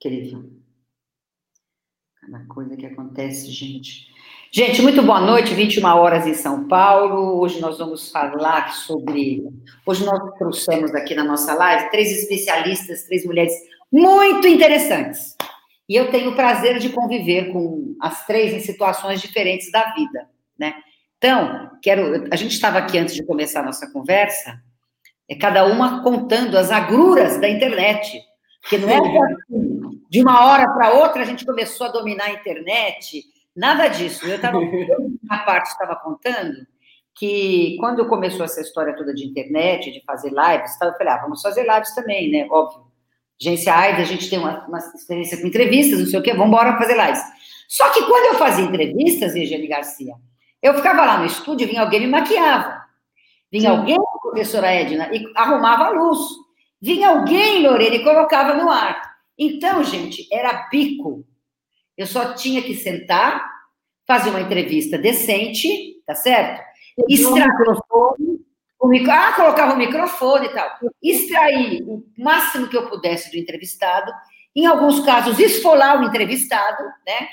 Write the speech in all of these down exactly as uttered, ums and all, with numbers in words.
Incrível. Cada coisa que acontece, gente. Gente, muito boa noite, vinte e uma horas em São Paulo. Hoje nós vamos falar sobre... Hoje nós trouxemos aqui na nossa live três especialistas, três mulheres muito interessantes. E eu tenho o prazer de conviver com as três em situações diferentes da vida, né? Então, quero... A gente estava aqui antes de começar a nossa conversa, é cada uma contando as agruras da internet. Porque não é assim, de uma hora para outra a gente começou a dominar a internet, nada disso. Eu estava, na parte estava contando que quando começou essa história toda de internet, de fazer lives, eu falei, ah, vamos fazer lives também, né? Óbvio. Agência A I D, a gente tem uma, uma experiência com entrevistas, não sei o quê, vamos embora fazer lives. Só que quando eu fazia entrevistas, Regiane Garcia, eu ficava lá no estúdio, vinha alguém me maquiava. Vinha Sim. alguém, professora Edna, e arrumava a luz. Vinha alguém, Lorena, e colocava no ar. Então, gente, era bico. Eu só tinha que sentar, fazer uma entrevista decente, tá certo? Extrair o microfone, o mic... ah, colocava o microfone e tal. Extrair o máximo que eu pudesse do entrevistado, em alguns casos, esfolar o entrevistado, né?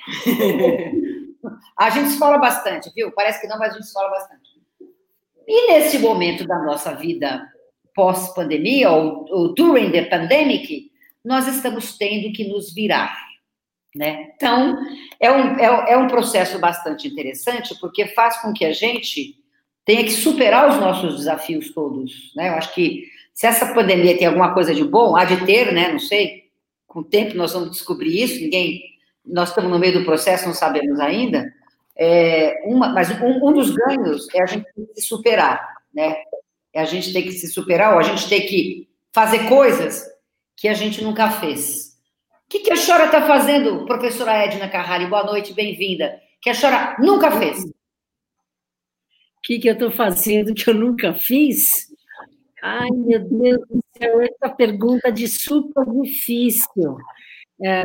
A gente esfola bastante, viu? Parece que não, mas a gente esfola bastante. E nesse momento da nossa vida pós-pandemia, ou, ou during the pandemic, nós estamos tendo que nos virar, né? Então, é um, é, é um processo bastante interessante, porque faz com que a gente tenha que superar os nossos desafios todos, né? Eu acho que se essa pandemia tem alguma coisa de bom, há de ter, né? Não sei, com o tempo nós vamos descobrir isso, ninguém... Nós estamos no meio do processo, não sabemos ainda, é, uma, mas um, um dos ganhos é a gente se superar, né? A gente tem que se superar, ou a gente tem que fazer coisas que a gente nunca fez. O que, que a senhora está fazendo, professora Edna Carrali? Boa noite, bem-vinda. Que a senhora nunca fez. O que, que eu estou fazendo que eu nunca fiz? Ai, meu Deus do céu, essa pergunta de super difícil. É...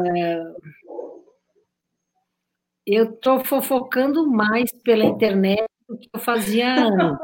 Eu estou fofocando mais pela internet do que eu fazia antes.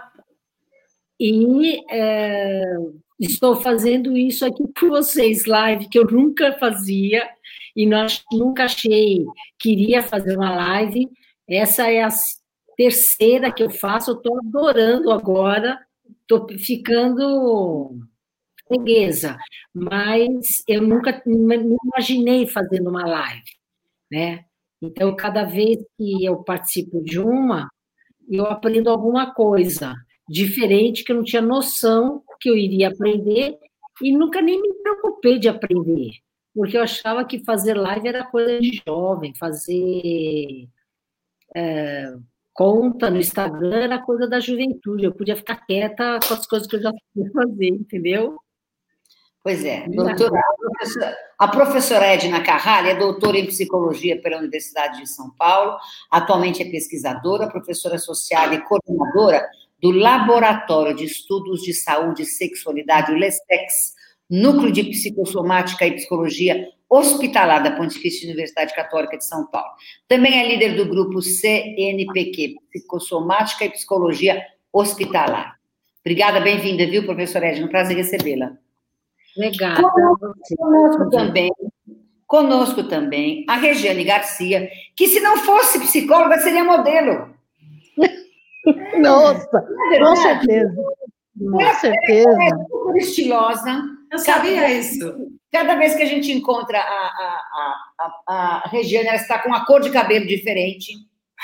E é, estou fazendo isso aqui com vocês, live, que eu nunca fazia, e nós nunca achei que iria fazer uma live. Essa é a terceira que eu faço, eu estou adorando agora, estou ficando ceguesa, mas eu nunca me imaginei fazendo uma live, né? Então, cada vez que eu participo de uma, eu aprendo alguma coisa diferente, que eu não tinha noção que eu iria aprender, e nunca nem me preocupei de aprender, porque eu achava que fazer live era coisa de jovem, fazer é, conta no Instagram era coisa da juventude, eu podia ficar quieta com as coisas que eu já sabia fazer, entendeu? Pois é, doutora, a, professora, a professora Edna Carrali é doutora em psicologia pela Universidade de São Paulo, atualmente é pesquisadora, professora associada e coordenadora do Laboratório de Estudos de Saúde e Sexualidade, o LESEX, Núcleo de Psicossomática e Psicologia Hospitalar da Pontifícia Universidade Católica de São Paulo. Também é líder do grupo C N P Q, Psicossomática e Psicologia Hospitalar. Obrigada, bem-vinda, viu, professora Edna? Um prazer recebê-la. Legal. Conosco, conosco também, conosco também, a Regiane Garcia, que se não fosse psicóloga, seria modelo. Nossa, com certeza. Com certeza. Ela é super estilosa. Eu sabia isso. Cada vez que a gente encontra a, a, a, a Regiane, ela está com uma cor de cabelo diferente.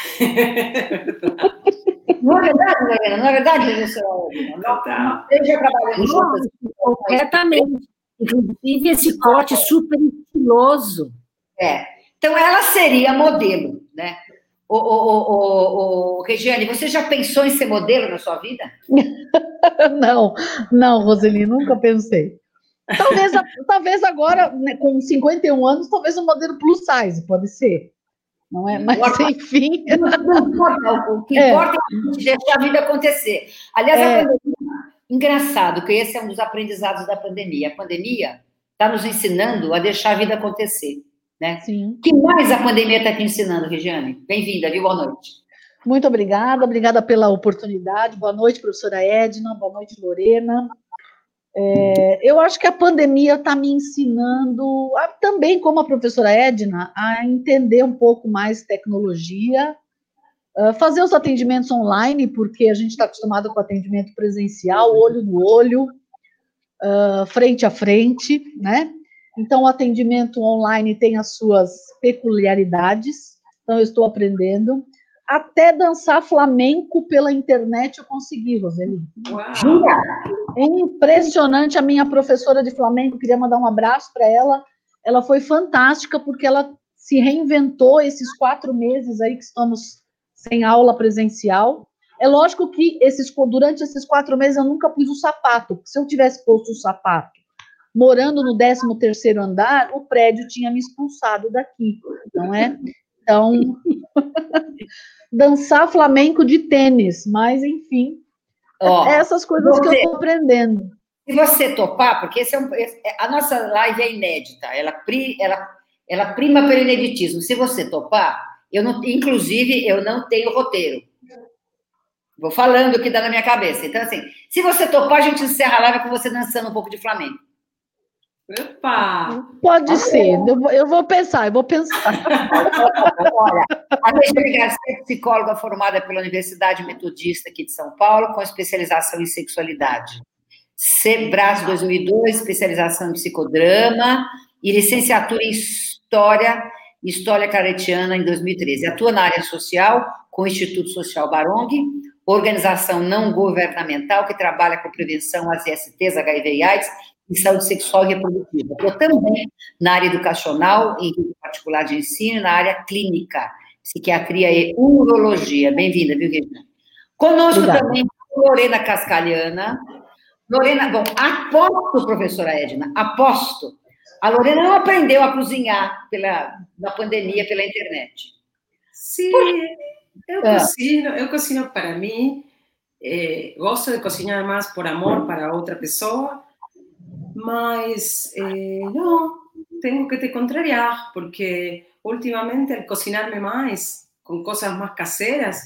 Não é verdade, Lorena? Não é verdade, professora? Total. Ele já trabalhou juntas. Completamente. Inclusive, esse corte super estiloso. É. Então, ela seria modelo, né? Ô, ô, ô, ô, ô, Regiane, você já pensou em ser modelo na sua vida? Não, não, Roseli, nunca pensei. Talvez, talvez agora, né, com cinquenta e um anos, talvez um modelo plus size, pode ser. Não é? Mas, enfim... O que importa é a gente deixar a vida acontecer. Aliás, é. a pandemia, engraçado, que esse é um dos aprendizados da pandemia. A pandemia está nos ensinando a deixar a vida acontecer. Né? Sim. O que mais a pandemia está te ensinando, Regiane? Bem-vinda, viu? Boa noite. Muito obrigada, obrigada pela oportunidade. Boa noite, professora Edna, boa noite, Lorena. É, eu acho que a pandemia está me ensinando, a, também como a professora Edna, a entender um pouco mais tecnologia, uh, fazer os atendimentos online, porque a gente está acostumado com atendimento presencial, olho no olho, uh, frente a frente, né? Então, o atendimento online tem as suas peculiaridades, então eu estou aprendendo. Até dançar flamenco pela internet eu consegui, Roseli. Jura? É impressionante. A minha professora de flamenco, queria mandar um abraço para ela. Ela foi fantástica, porque ela se reinventou esses quatro meses aí que estamos sem aula presencial. É lógico que esses, durante esses quatro meses eu nunca pus o sapato, porque se eu tivesse posto o sapato morando no décimo terceiro andar, o prédio tinha me expulsado daqui, não é? Então, dançar flamenco de tênis, mas enfim, oh, essas coisas você, que eu estou aprendendo. Se você topar, porque esse é um, esse, a nossa live é inédita, ela, ela, ela prima pelo ineditismo. Se você topar, eu não, inclusive, eu não tenho roteiro. Vou falando o que dá na minha cabeça. Então, assim, se você topar, a gente encerra a live com você dançando um pouco de flamenco. Opa! Pode ser, eu vou, eu vou pensar, eu vou pensar. Olha, a Alexandre Garcia, psicóloga formada pela Universidade Metodista aqui de São Paulo, com especialização em sexualidade. Sebras dois mil e dois, especialização em psicodrama e licenciatura em História, História Claretiana em dois mil e treze. Atua na área social com o Instituto Social Barong, organização não governamental que trabalha com prevenção às I S Ts, H I V e AIDS, e saúde sexual e reprodutiva. Eu também na área educacional, em particular de ensino, na área clínica, psiquiatria e urologia. Bem-vinda, viu, Regina? Conosco Obrigada. Também Lorena Cascaliana. Lorena, bom, aposto, professora Edna, aposto. A Lorena não aprendeu a cozinhar pela, na pandemia pela internet. Sim, eu ah. cocino, eu cocino para mim, eh, gosto de cozinhar mais por amor para outra pessoa, mas eh, não, tenho que te contrariar, porque ultimamente al cocinarme mais, com coisas mais caseras,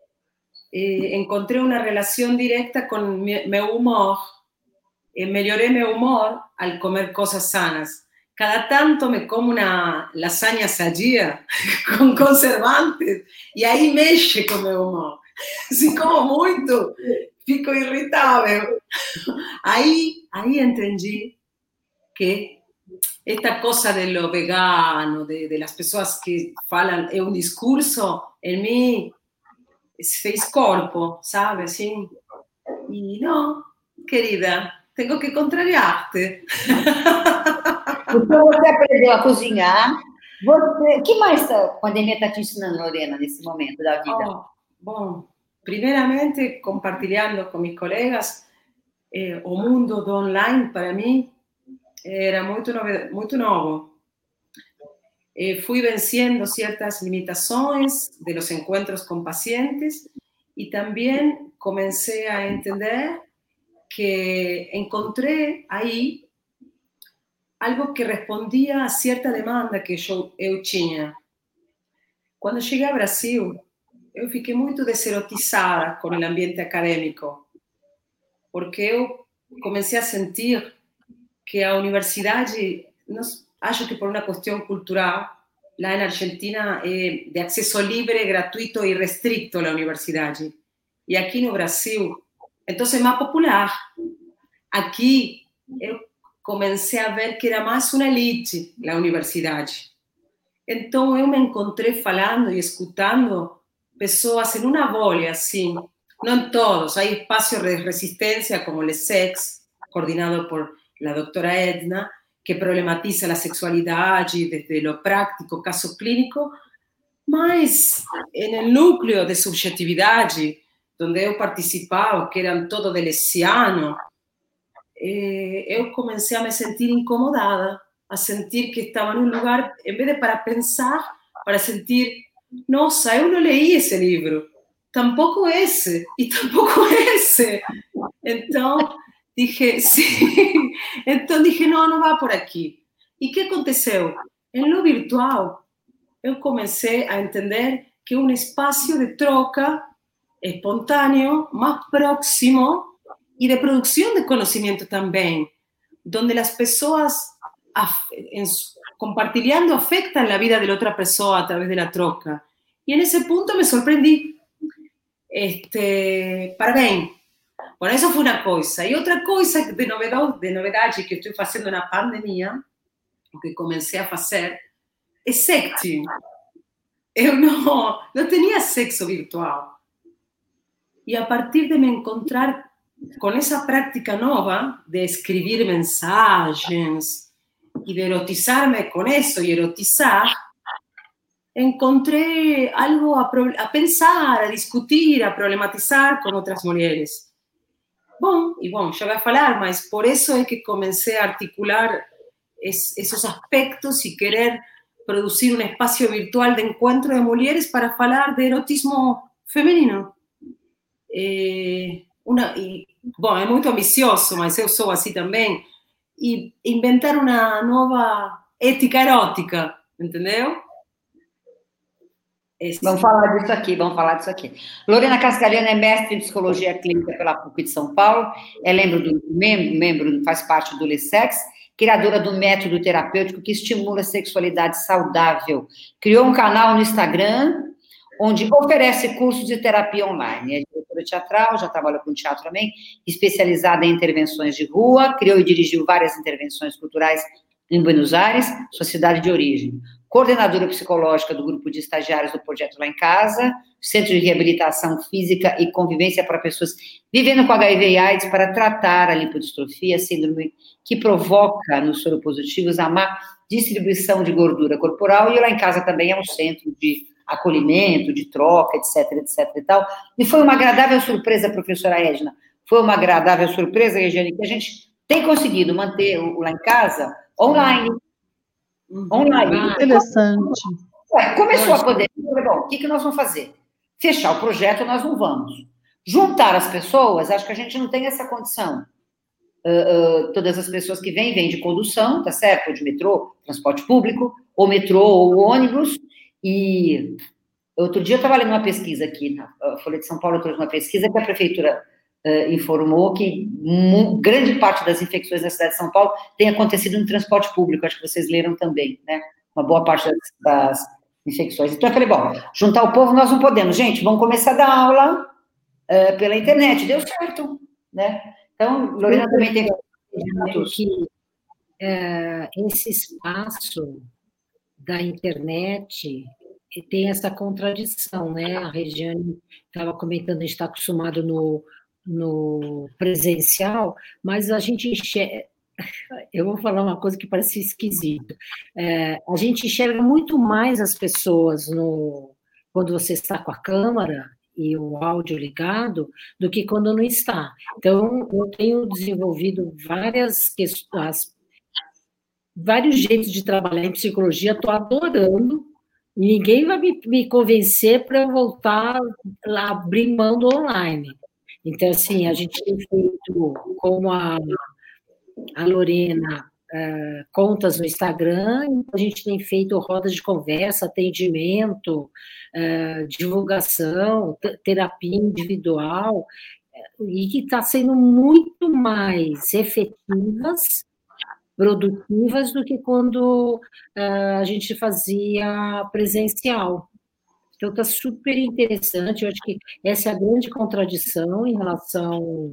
eh, encontrei uma relação direta com meu humor, eh, melhorei meu humor al comer coisas sanas. Cada tanto me como una lasaña sadia con conservantes y ahí mexe con meu humor. Si como muito, fico irritável. Ahí, ahí entendí que esta cosa de lo vegano, de, de las pessoas que falam, é um discurso, em mim fez corpo, sabe, assim? E não, querida, tenho que contrariar-te. Então, você aprendeu a cozinhar. O que mais a pandemia está te ensinando, Lorena, nesse momento da vida? Oh, bom, primeiramente, compartilhando com meus colegas, eh, o mundo do online, para mim, era muito, novo. Muito novo. Eh, fui venciendo ciertas limitações de los encuentros con pacientes y también comencé a entender que encontré ahí algo que respondia a certa demanda que eu, eu tinha. Quando cheguei ao Brasil, eu fiquei muito deserotizada com o ambiente acadêmico, porque eu comecei a sentir que a universidade, não, acho que por uma questão cultural, lá na Argentina é de acesso livre, gratuito e restrito a universidade. E aqui no Brasil, então é mais popular. Aqui, eu comecei a ver que era mais uma elite na universidade. Então, eu me encontrei falando e escutando pessoas em uma bolha, assim, não todos, há espaços de resistência, como o SEX, coordenado por a doutora Edna, que problematiza a sexualidade desde o prático, caso clínico, mas no núcleo de subjetividade, onde eu participava, que eram todos de lesiano, eu comecei a me sentir incomodada, a sentir que estava num lugar, em vez de para pensar, para sentir, nossa, eu não li esse livro, tampouco esse, e tampouco esse. Então, dije, sim. Então, dije, não, não vai por aqui. E o que aconteceu? Em lo virtual, eu comecei a entender que é um espaço de troca espontâneo, mais próximo, e de produção de conhecimento também. donde las personas af- en su- compartilhando afectan la vida de la otra persona a través de la troca. Y en ese punto me sorprendí. Este, parabéns. Bueno, eso fue una cosa. Y otra cosa de novedad, de novedade que estoy haciendo en la pandemia, o que comencé a hacer, es sexting. Yo no, no tenía sexo virtual. Y a partir de me encontrar con esa práctica nueva de escribir mensajes y de erotizarme con eso y erotizar, encontré algo a, a pensar, a discutir, a problematizar con otras mulheres. Bom, e bom, já vai falar, mas por isso é que comecei a articular es, esos aspectos y querer producir un espacio virtual de encuentro de mulheres para falar de erotismo feminino. Eh, una, e, bom, é muito ambicioso, mas eu sou assim também. E inventar uma nova ética erótica, entendeu? Esse. Vamos falar disso aqui, vamos falar disso aqui. Lorena Cascaliano é mestre em psicologia clínica pela P U C de São Paulo, é membro, do, membro, membro faz parte do Lissex, criadora do método terapêutico que estimula a sexualidade saudável. Criou um canal no Instagram, onde oferece cursos de terapia online. É diretora teatral, já trabalha com teatro também, especializada em intervenções de rua, criou e dirigiu várias intervenções culturais em Buenos Aires, sua cidade de origem. Coordenadora psicológica do grupo de estagiários do Projeto Lá em Casa, Centro de Reabilitação Física e Convivência para pessoas vivendo com H I V e AIDS para tratar a lipodistrofia, síndrome que provoca nos soropositivos a má distribuição de gordura corporal, e Lá em Casa também é um centro de acolhimento, de troca, etc, etc e tal. E foi uma agradável surpresa, professora Edna, foi uma agradável surpresa, Regiane, que a gente tem conseguido manter o Lá em Casa online. Online. Ah, interessante. Ué, começou a pandemia, bom, o que, que nós vamos fazer? Fechar o projeto, nós não vamos. Juntar as pessoas, acho que a gente não tem essa condição. Uh, uh, todas as pessoas que vêm, vêm de condução, tá certo? Ou de metrô, transporte público, ou metrô, ou ônibus. E outro dia eu estava lendo uma pesquisa aqui, na Folha de São Paulo trouxe uma pesquisa que a prefeitura uh, informou que grande parte das infecções na cidade de São Paulo tem acontecido no transporte público, acho que vocês leram também, né? Uma boa parte das, das infecções. Então eu falei, bom, juntar o povo nós não podemos. Gente, vamos começar a dar aula uh, pela internet. Deu certo, né? Então, Lorena também tem... que é, esse espaço da internet tem essa contradição, né? A Regiane estava comentando, a gente está acostumado no, no presencial, mas a gente enxerga, eu vou falar uma coisa que parece esquisito, é, a gente enxerga muito mais as pessoas no, quando você está com a câmera e o áudio ligado, do que quando não está. Então, eu tenho desenvolvido várias questões, vários jeitos de trabalhar em psicologia, estou adorando, e ninguém vai me, me convencer para eu voltar a abrir mão do online. Então, assim, a gente tem feito, como a, a Lorena, uh, contas no Instagram, a gente tem feito rodas de conversa, atendimento, uh, divulgação, terapia individual, e que está sendo muito mais efetivas, produtivas do que quando uh, a gente fazia presencial. Então, está super interessante, eu acho que essa é a grande contradição em relação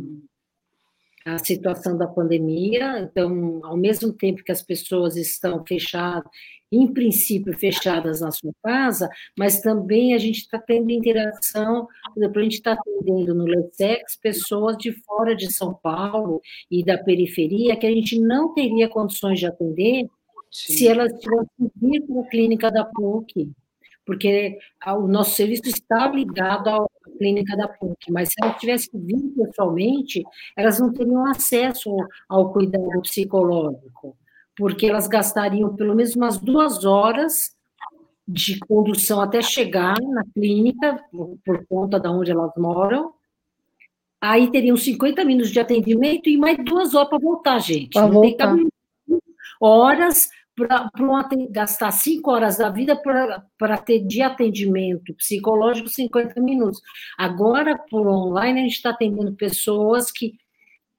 à situação da pandemia. Então, ao mesmo tempo que as pessoas estão fechadas, em princípio fechadas na sua casa, mas também a gente está tendo interação, por exemplo, a gente está atendendo no Lissex pessoas de fora de São Paulo e da periferia que a gente não teria condições de atender Sim. se elas tivessem vindo para a clínica da P U C, porque o nosso serviço está ligado à clínica da P U C, mas se elas tivessem vindo pessoalmente, elas não teriam acesso ao cuidado psicológico, porque elas gastariam pelo menos umas duas horas de condução até chegar na clínica, por, por conta de onde elas moram, aí teriam cinquenta minutos de atendimento e mais duas horas para voltar, gente. Pra não voltar. tem horas para gastar cinco horas da vida para ter de atendimento psicológico cinquenta minutos. Agora, por online, a gente está atendendo pessoas que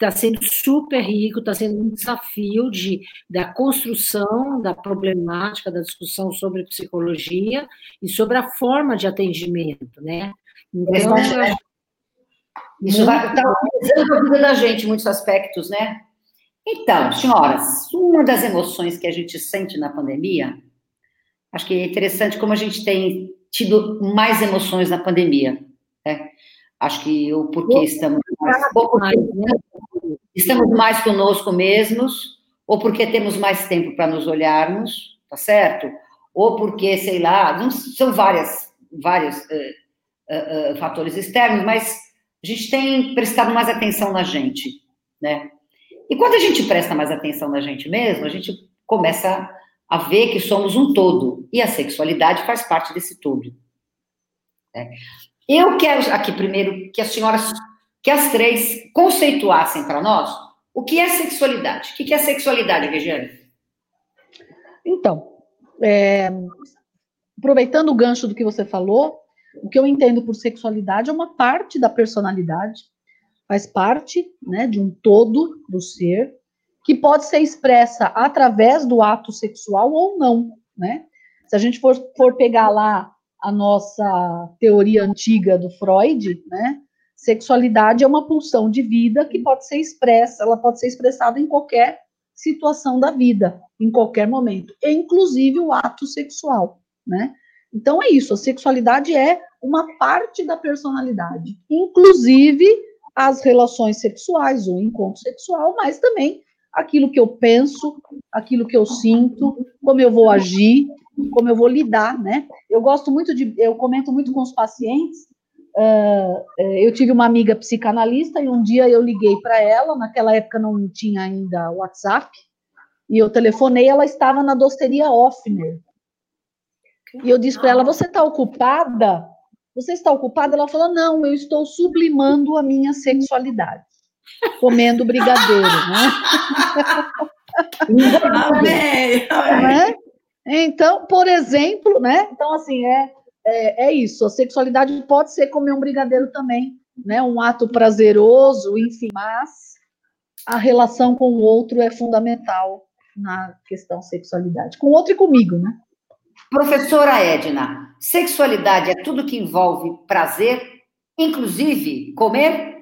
está sendo super rico, está sendo um desafio de, da construção da problemática, da discussão sobre psicologia e sobre a forma de atendimento, né? Então, eu... Isso vai estar organizando a vida da gente em muitos aspectos, né? Então, senhoras, uma das emoções que a gente sente na pandemia, acho que é interessante como a gente tem tido mais emoções na pandemia, né? Acho que o porquê estamos mais, ou porque estamos mais conosco mesmos, ou porque temos mais tempo para nos olharmos, tá certo? Ou porque, sei lá, não, são várias, vários uh, uh, uh, fatores externos, mas a gente tem prestado mais atenção na gente, né? E quando a gente presta mais atenção na gente mesmo, a gente começa a ver que somos um todo, e a sexualidade faz parte desse todo, né? Eu quero aqui primeiro que as senhoras, que as três conceituassem para nós o que é sexualidade. O que é sexualidade, Regiane? Então, é, aproveitando o gancho do que você falou, o que eu entendo por sexualidade é uma parte da personalidade, faz parte, né, de um todo do ser, que pode ser expressa através do ato sexual ou não, né? Se a gente for, for pegar lá a nossa teoria antiga do Freud, né, sexualidade é uma pulsão de vida que pode ser expressa, ela pode ser expressada em qualquer situação da vida, em qualquer momento, inclusive o ato sexual, né? Então é isso, a sexualidade é uma parte da personalidade, inclusive as relações sexuais, o encontro sexual, mas também aquilo que eu penso, aquilo que eu sinto, como eu vou agir, como eu vou lidar, né? Eu gosto muito de, eu comento muito com os pacientes, uh, eu tive uma amiga psicanalista e um dia eu liguei para ela, naquela época não tinha ainda WhatsApp, e eu telefonei, ela estava na doceria Offner. E eu disse para ela, você está ocupada? Você está ocupada? Ela falou, não, eu estou sublimando a minha sexualidade, comendo brigadeiro, né? Amém, amém. Né? Então, por exemplo, né? Então, assim, é, é, é isso. A sexualidade pode ser comer um brigadeiro também, né? Um ato prazeroso, enfim, mas a relação com o outro é fundamental na questão sexualidade. Com o outro e comigo, né? Professora Edna, sexualidade é tudo que envolve prazer, inclusive comer?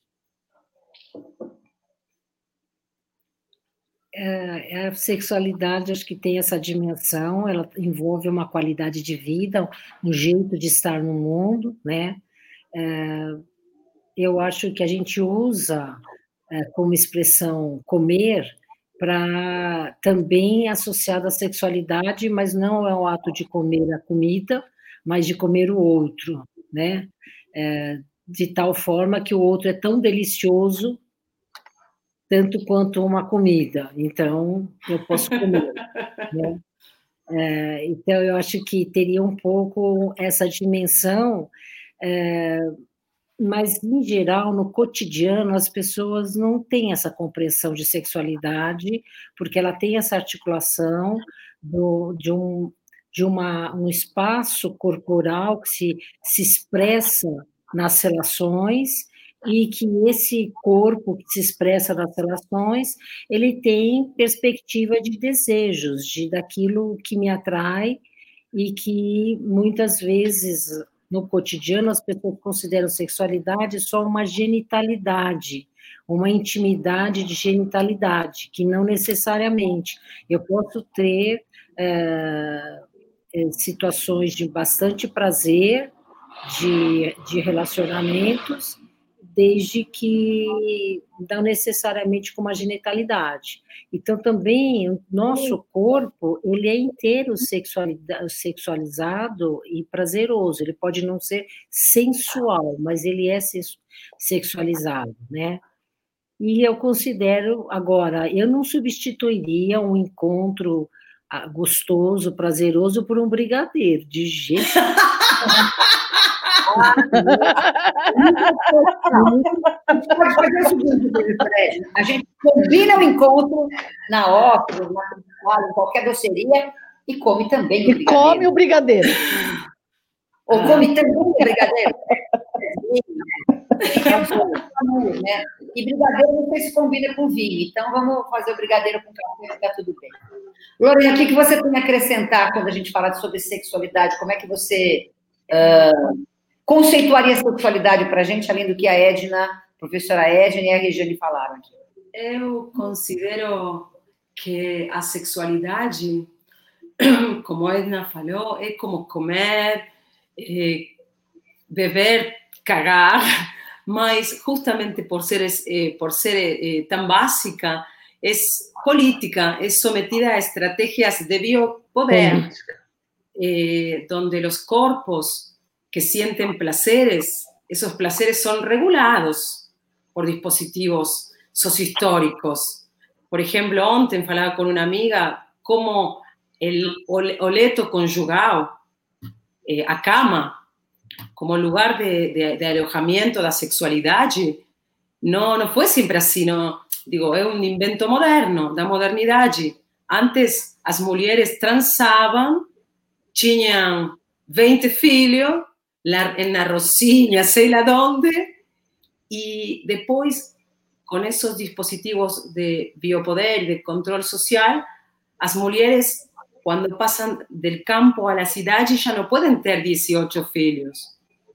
É, a sexualidade, acho que tem essa dimensão, ela envolve uma qualidade de vida, um jeito de estar no mundo, né? É, eu acho que a gente usa é, como expressão comer para também associar a sexualidade, mas não é o ato de comer a comida, mas de comer o outro, né? É, de tal forma que o outro é tão delicioso tanto quanto uma comida, então eu posso comer, né? É, então eu acho que teria um pouco essa dimensão, é, mas em geral no cotidiano as pessoas não têm essa compreensão de sexualidade, porque ela tem essa articulação do, de, um, de uma, um espaço corporal que se, se expressa nas relações, e que esse corpo que se expressa nas relações, ele tem perspectiva de desejos, de daquilo que me atrai, e que muitas vezes, no cotidiano, as pessoas consideram sexualidade só uma genitalidade, uma intimidade de genitalidade, que não necessariamente. Eu posso ter é, situações de bastante prazer, de, de relacionamentos, desde que não necessariamente com uma genitalidade. Então, também, o nosso corpo, ele é inteiro sexualizado e prazeroso, ele pode não ser sensual, mas ele é sexualizado, né? E eu considero, agora, eu não substituiria um encontro gostoso, prazeroso, por um brigadeiro, de jeito a gente combina o encontro na ópera, na, em qualquer doceria, e come também o brigadeiro. E come o brigadeiro. Ou come também o brigadeiro. É um né? E brigadeiro não sei se combina com vinho, então vamos fazer o brigadeiro com café, fica tudo bem. Lorena, o que, que você tem a acrescentar quando a gente fala sobre sexualidade? Como é que você uh, conceituaria a sexualidade para a gente, além do que a Edna, a professora Edna e a Regiane falaram aqui? Eu considero que a sexualidade, como a Edna falou, é como comer, é, beber, cagar, mas justamente por ser, eh, por ser eh, tan básica, es política, es sometida a estrategias de biopoder, eh, donde los cuerpos que sienten placeres, esos placeres son regulados por dispositivos sociohistóricos. Por ejemplo, ontem falaba con una amiga cómo el oleto conjugado, eh, a cama, como lugar de, de, de alojamiento da sexualidade, não, não foi sempre assim, não. Digo, é um invento moderno, da modernidade. Antes, as mulheres transavam, tinham vinte filhos, na Rocinha, sei lá onde, e depois, com esses dispositivos de biopoder, de controle social, as mulheres, quando passam do campo à cidade, já não podem ter dieciocho filhos.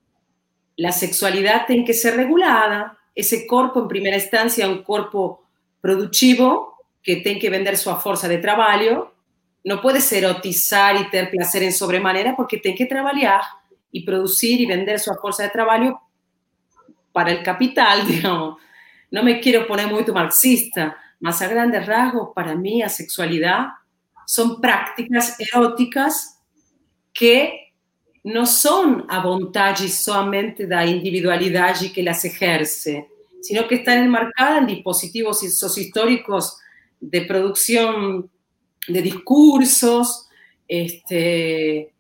La sexualidad tiene que ser regulada. Ese cuerpo, en primera instancia, es un cuerpo productivo que tiene que vender su fuerza de trabajo. No puede ser erotizar y tener placer en sobremanera porque tiene que trabajar y producir y vender su fuerza de trabajo para el capital, digamos. No me quiero poner muy marxista, mas a grandes rasgos, para mí, la sexualidad son prácticas eróticas que não são a vontade somente da individualidade que las ejerce, sino que están enmarcadas en dispositivos sociohistóricos de producción de discursos, este,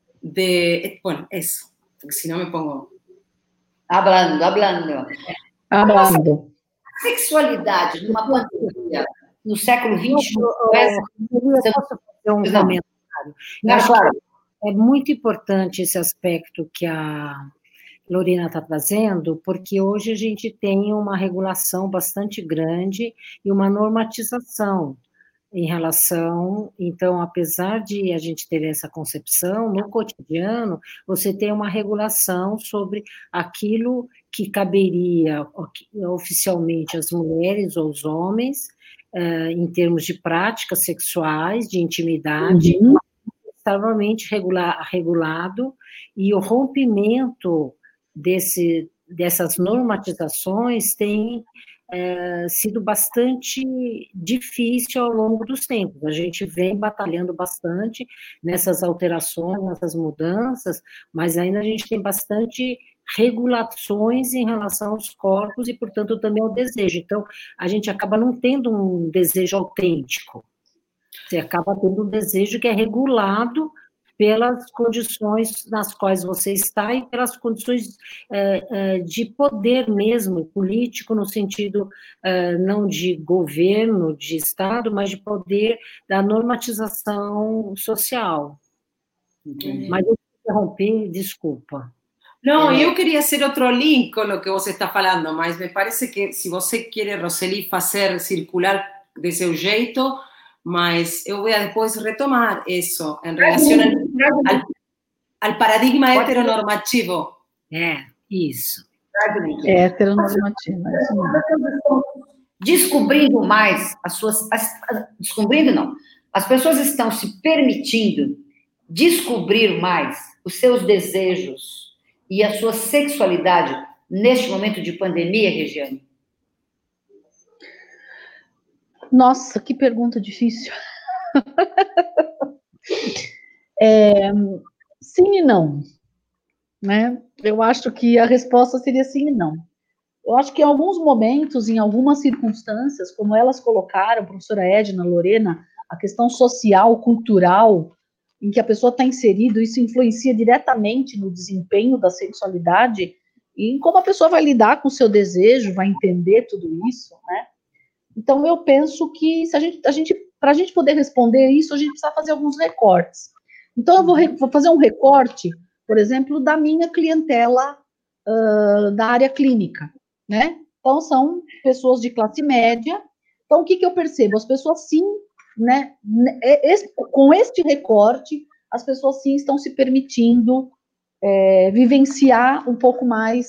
de, bueno, eso, porque si no me pongo... Hablando, hablando. Hablando. A sexualidade numa pandemia, no século vinte, eu posso fazer um comentário? Eu acho claro. que é muito importante esse aspecto que a Lorena está trazendo, porque hoje a gente tem uma regulação bastante grande e uma normatização em relação... Então, apesar de a gente ter essa concepção, no cotidiano, você tem uma regulação sobre aquilo que caberia oficialmente às mulheres ou aos homens, em termos de práticas sexuais, de intimidade, uhum. extremamente regular, regulado, e o rompimento desse, dessas normatizações tem é, sido bastante difícil ao longo dos tempos. A gente vem batalhando bastante nessas alterações, nessas mudanças, mas ainda a gente tem bastante regulações em relação aos corpos e, portanto, também ao desejo. Então, a gente acaba não tendo um desejo autêntico. Você acaba tendo um desejo que é regulado pelas condições nas quais você está e pelas condições é, é, de poder mesmo, político, no sentido é, não de governo, de Estado, mas de poder da normatização social. Entendi. Mas eu interrompi, desculpa. Não, é. Eu queria hacer outro link com o que você está falando, mas me parece que se você quer, Roseli, fazer circular de seu jeito... mas eu vou depois retomar isso em relação ao, ao, ao paradigma heteronormativo. É, isso. É heteronormativo. Descobrindo mais as suas... As, descobrindo, não. As pessoas estão se permitindo descobrir mais os seus desejos e a sua sexualidade neste momento de pandemia, Regiane? Nossa, que pergunta difícil. É, sim e não, né? Eu acho que a resposta seria sim e não. Eu acho que em alguns momentos, em algumas circunstâncias, como elas colocaram, a professora Edna, Lorena, a questão social, cultural, em que a pessoa está inserida, isso influencia diretamente no desempenho da sexualidade e em como a pessoa vai lidar com o seu desejo, vai entender tudo isso, né? Então, eu penso que se a gente, a gente, para a gente poder responder isso, a gente precisa fazer alguns recortes. Então, eu vou, re, vou fazer um recorte, por exemplo, da minha clientela uh, da área clínica, né? Então, são pessoas de classe média. Então, o que, que eu percebo? As pessoas, sim, né, esse, com este recorte, as pessoas, sim, estão se permitindo é, vivenciar um pouco mais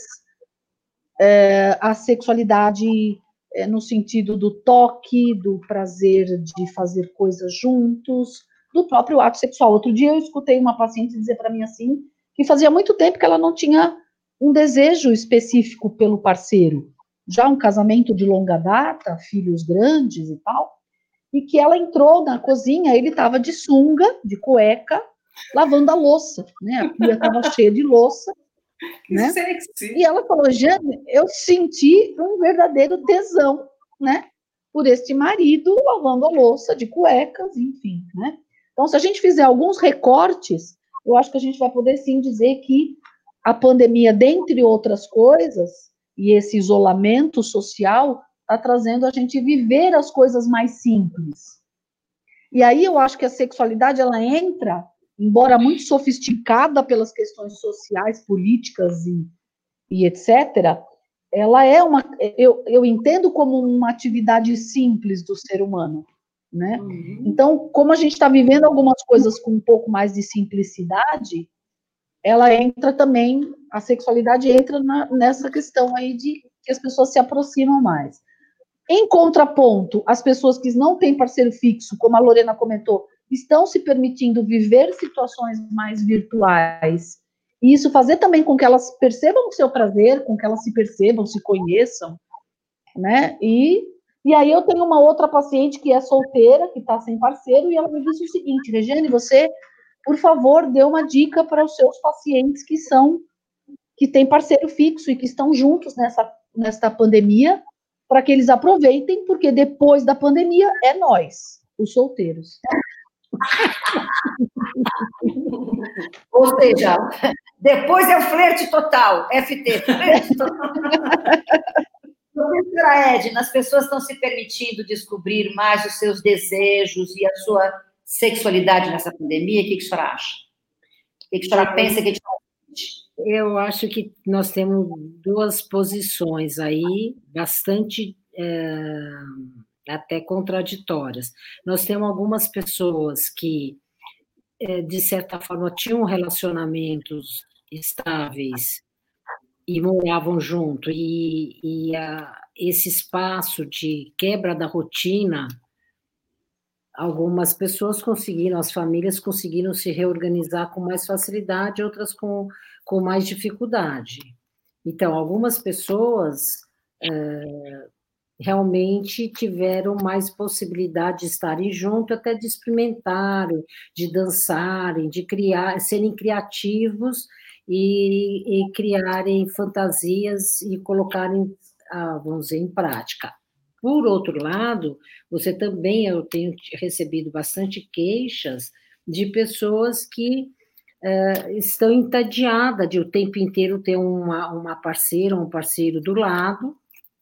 é, a sexualidade é, no sentido do toque, do prazer de fazer coisas juntos, do próprio ato sexual. Outro dia eu escutei uma paciente dizer para mim assim, que fazia muito tempo que ela não tinha um desejo específico pelo parceiro, já um casamento de longa data, filhos grandes e tal, e que ela entrou na cozinha, ele estava de sunga, de cueca, lavando a louça, né? A pia estava cheia de louça, né? Sexy. E ela falou, Jane, eu senti um verdadeiro tesão, né? Por este marido lavando a louça de cuecas, enfim, né? Então, se a gente fizer alguns recortes, eu acho que a gente vai poder, sim, dizer que a pandemia, dentre outras coisas, e esse isolamento social, está trazendo a gente viver as coisas mais simples. E aí eu acho que a sexualidade, ela entra, embora muito sofisticada pelas questões sociais, políticas e, e etcétera, ela é uma, eu, eu entendo como uma atividade simples do ser humano, né? Uhum. Então, como a gente está vivendo algumas coisas com um pouco mais de simplicidade, ela entra também, a sexualidade entra na, nessa questão aí de que as pessoas se aproximam mais. Em contraponto, as pessoas que não têm parceiro fixo, como a Lorena comentou, estão se permitindo viver situações mais virtuais, e isso fazer também com que elas percebam o seu prazer, com que elas se percebam, se conheçam, né? E, e aí eu tenho uma outra paciente que é solteira, que está sem parceiro, e ela me disse o seguinte, Regiane, você, por favor, dê uma dica para os seus pacientes que são, que têm parceiro fixo e que estão juntos nessa, nessa pandemia, para que eles aproveitem, porque depois da pandemia é nós, os solteiros. Ou seja, depois é o flerte total, F T, flerte total. Professora Edna, as pessoas estão se permitindo descobrir mais os seus desejos e a sua sexualidade nessa pandemia? O que, que a senhora acha? O que, que a senhora pensa que é diferente? Eu acho que nós temos duas posições aí bastante é, até contraditórias. Nós temos algumas pessoas que, é, de certa forma, tinham relacionamentos estáveis e moravam junto, e, e a, esse espaço de quebra da rotina, algumas pessoas conseguiram, as famílias conseguiram se reorganizar com mais facilidade, outras com, com mais dificuldade. Então, algumas pessoas é, realmente tiveram mais possibilidade de estarem junto, até de experimentarem, de dançarem, de criar, serem criativos e, e criarem fantasias e colocarem, ah, vamos dizer, em prática. Por outro lado, você também, eu tenho recebido bastante queixas de pessoas que uh, estão entediadas de o tempo inteiro ter uma, uma parceira, um parceiro do lado,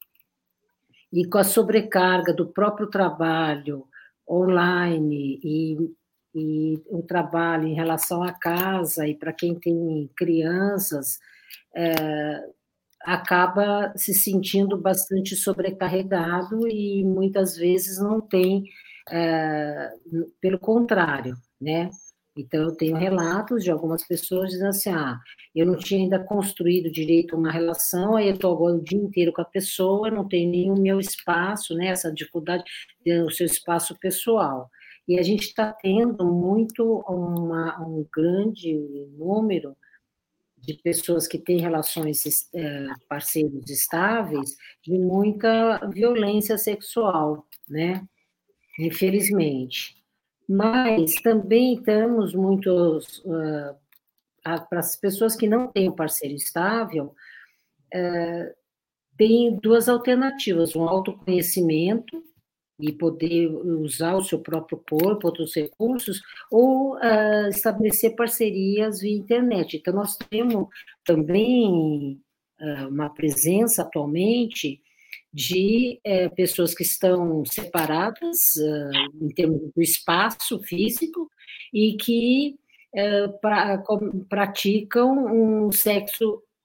e com a sobrecarga do próprio trabalho online e, e o trabalho em relação à casa, e para quem tem crianças, é, acaba se sentindo bastante sobrecarregado e muitas vezes não tem, é, pelo contrário, né? Então, eu tenho relatos de algumas pessoas dizendo assim, ah, eu não tinha ainda construído direito uma relação, aí eu estou agora o dia inteiro com a pessoa, não tenho nem o meu espaço, né, essa dificuldade de ter o seu espaço pessoal. E a gente está tendo muito, uma, um grande número de pessoas que têm relações, é, parceiros estáveis, de muita violência sexual, né, infelizmente. Mas também temos muitos, uh, para as pessoas que não têm um parceiro estável, uh, tem duas alternativas, um autoconhecimento e poder usar o seu próprio corpo, outros recursos, ou uh, estabelecer parcerias via internet. Então, nós temos também uh, uma presença atualmente de é, pessoas que estão separadas uh, em termos do espaço físico e que uh, pra, com, praticam um sexo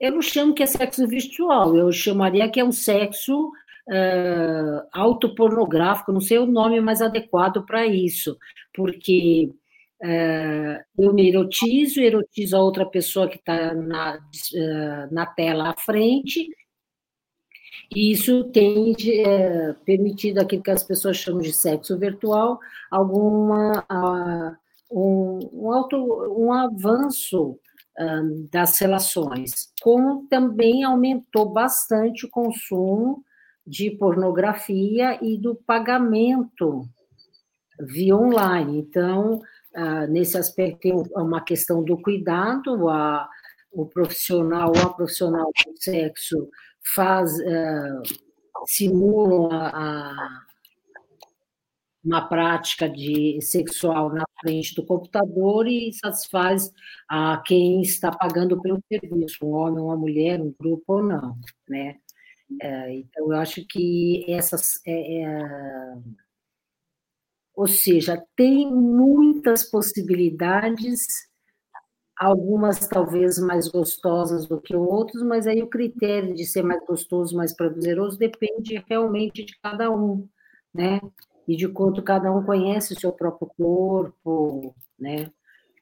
eu não chamo que é sexo virtual, eu chamaria que é um sexo uh, autopornográfico, não sei o nome mais adequado para isso, porque uh, eu me erotizo, erotizo a outra pessoa que está na, uh, na tela à frente, e isso tem é, permitido aquilo que as pessoas chamam de sexo virtual, alguma, uh, um, um, auto, um avanço uh, das relações, como também aumentou bastante o consumo de pornografia e do pagamento via online. Então, uh, nesse aspecto, tem uma questão do cuidado, a, o profissional ou a profissional do sexo faz, uh, simulam a, a, uma prática de sexual na frente do computador e satisfaz a quem está pagando pelo serviço, um homem, uma mulher, um grupo ou não, né? É, então, eu acho que essas... É, é, ou seja, tem muitas possibilidades, algumas talvez mais gostosas do que outras, mas aí o critério de ser mais gostoso, mais prazeroso, depende realmente de cada um, né? E de quanto cada um conhece o seu próprio corpo, né?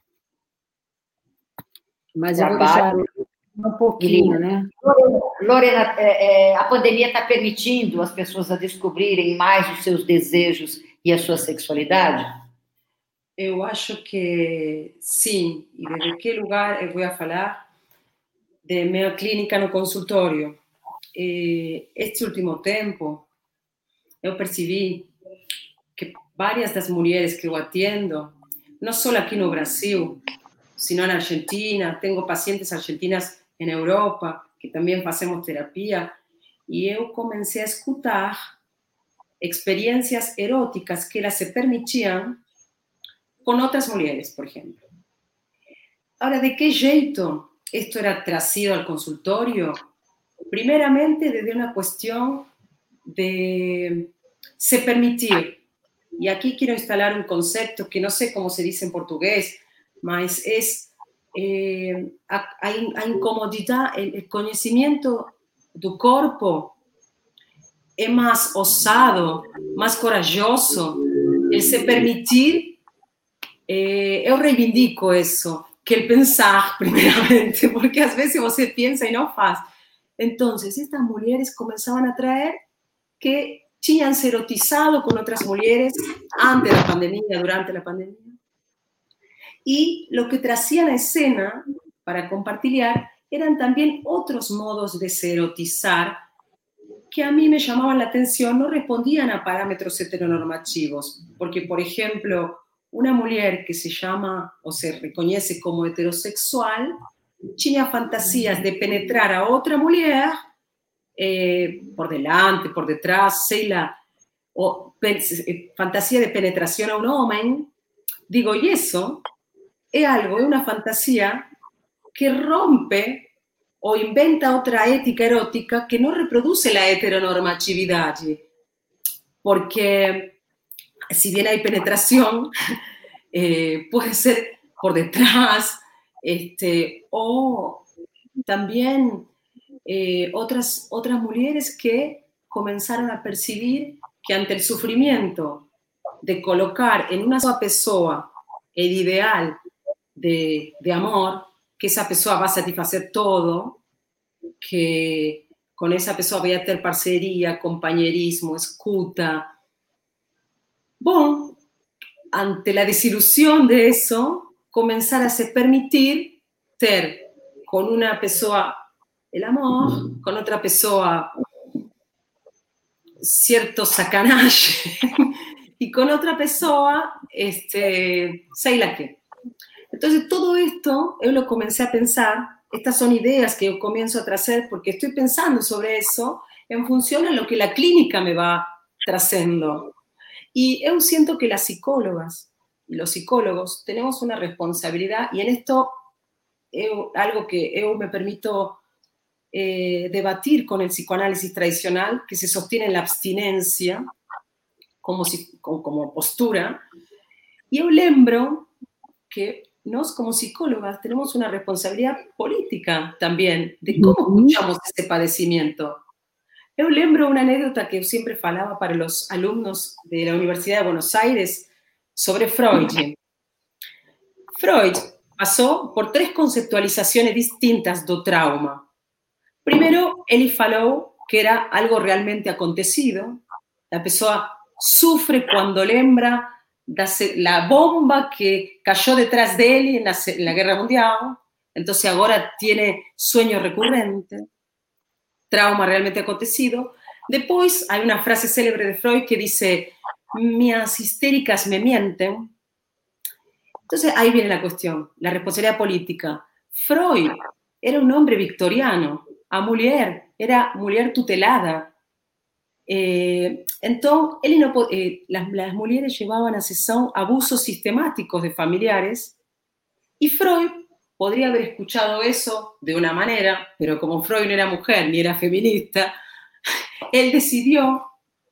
Mas eu vou deixar um pouquinho, né? Lorena, é, é, a pandemia está permitindo as pessoas a descobrirem mais os seus desejos e a sua sexualidade? Eu acho que sim. E desde que lugar eu vou falar? De minha clínica no consultório. Este último tempo, eu percebi que várias das mulheres que eu atendo, não só aqui no Brasil, sino na Argentina, tenho pacientes argentinas em Europa, que também fazemos terapia, e eu comecei a escutar experiências eróticas que elas se permitiam com outras mulheres, por exemplo. Ahora, ¿de qué jeito esto era trazido al consultorio? Primeramente, desde una cuestión de se permitir. Y aquí quiero instalar un concepto que no sé cómo se dice en portugués, mas es eh, a, a, a incomodidad, el, el conocimiento do corpo é mais ousado, mais corajoso, el se permitir, eh, eu reivindico isso, que el pensar primeramente, porque às vezes você pensa e não faz. Então, estas mulheres começavam a trazer que tinham se erotizado com outras mulheres antes da pandemia, durante a pandemia. E o que traziam a escena para compartilhar eram também outros modos de se erotizar que a mí me llamaban la atención, no respondían a parámetros heteronormativos, porque, por ejemplo, una mujer que se llama o se reconoce como heterosexual tenía fantasías de penetrar a otra mujer eh, por delante, por detrás, sei lá, o fantasía de penetración a un hombre. Digo, y eso es algo, es una fantasía que rompe o inventa otra ética erótica que no reproduce la heteronormatividad, porque si bien hay penetración, eh, puede ser por detrás, este, o también eh, otras, otras mujeres que comenzaron a percibir que ante el sufrimiento de colocar en una sola persona el ideal de, de amor, que esa persona va a satisfacer todo, que con esa persona voy a tener parcería, compañerismo, escuta. Bueno, ante la desilusión de eso, comenzar a se permitir ter con una persona el amor, con otra persona cierto sacanaje y con otra persona, este, sei la que. Entonces, todo esto, yo lo comencé a pensar, estas son ideas que yo comienzo a traer porque estoy pensando sobre eso en función a lo que la clínica me va trayendo. Y yo siento que las psicólogas y los psicólogos tenemos una responsabilidad, y en esto yo, algo que yo me permito eh, debatir con el psicoanálisis tradicional, que se sostiene en la abstinencia como, si, como, como postura, y yo lembro que nós, como psicólogas, tenemos una responsabilidad política también de cómo escuchamos ese padecimiento. Yo lembro una anécdota que yo siempre falaba para los alumnos de la Universidad de Buenos Aires sobre Freud. Freud pasó por tres conceptualizaciones distintas do trauma. Primero, ele falou que era algo realmente acontecido. La pessoa sufre cuando lembra la bomba que cayó detrás de él en la, en la Guerra Mundial. Entonces ahora tiene sueño recurrente. Trauma realmente acontecido. Después hay una frase célebre de Freud que dice, mis histéricas me mienten. Entonces ahí viene la cuestión, la responsabilidad política. Freud era un hombre victoriano, a mulher, era mulher tutelada. Eh, entonces, él no, eh, las, las mujeres llevaban a sesión abusos sistemáticos de familiares y Freud podría haber escuchado eso de una manera, pero como Freud no era mujer ni era feminista, él decidió,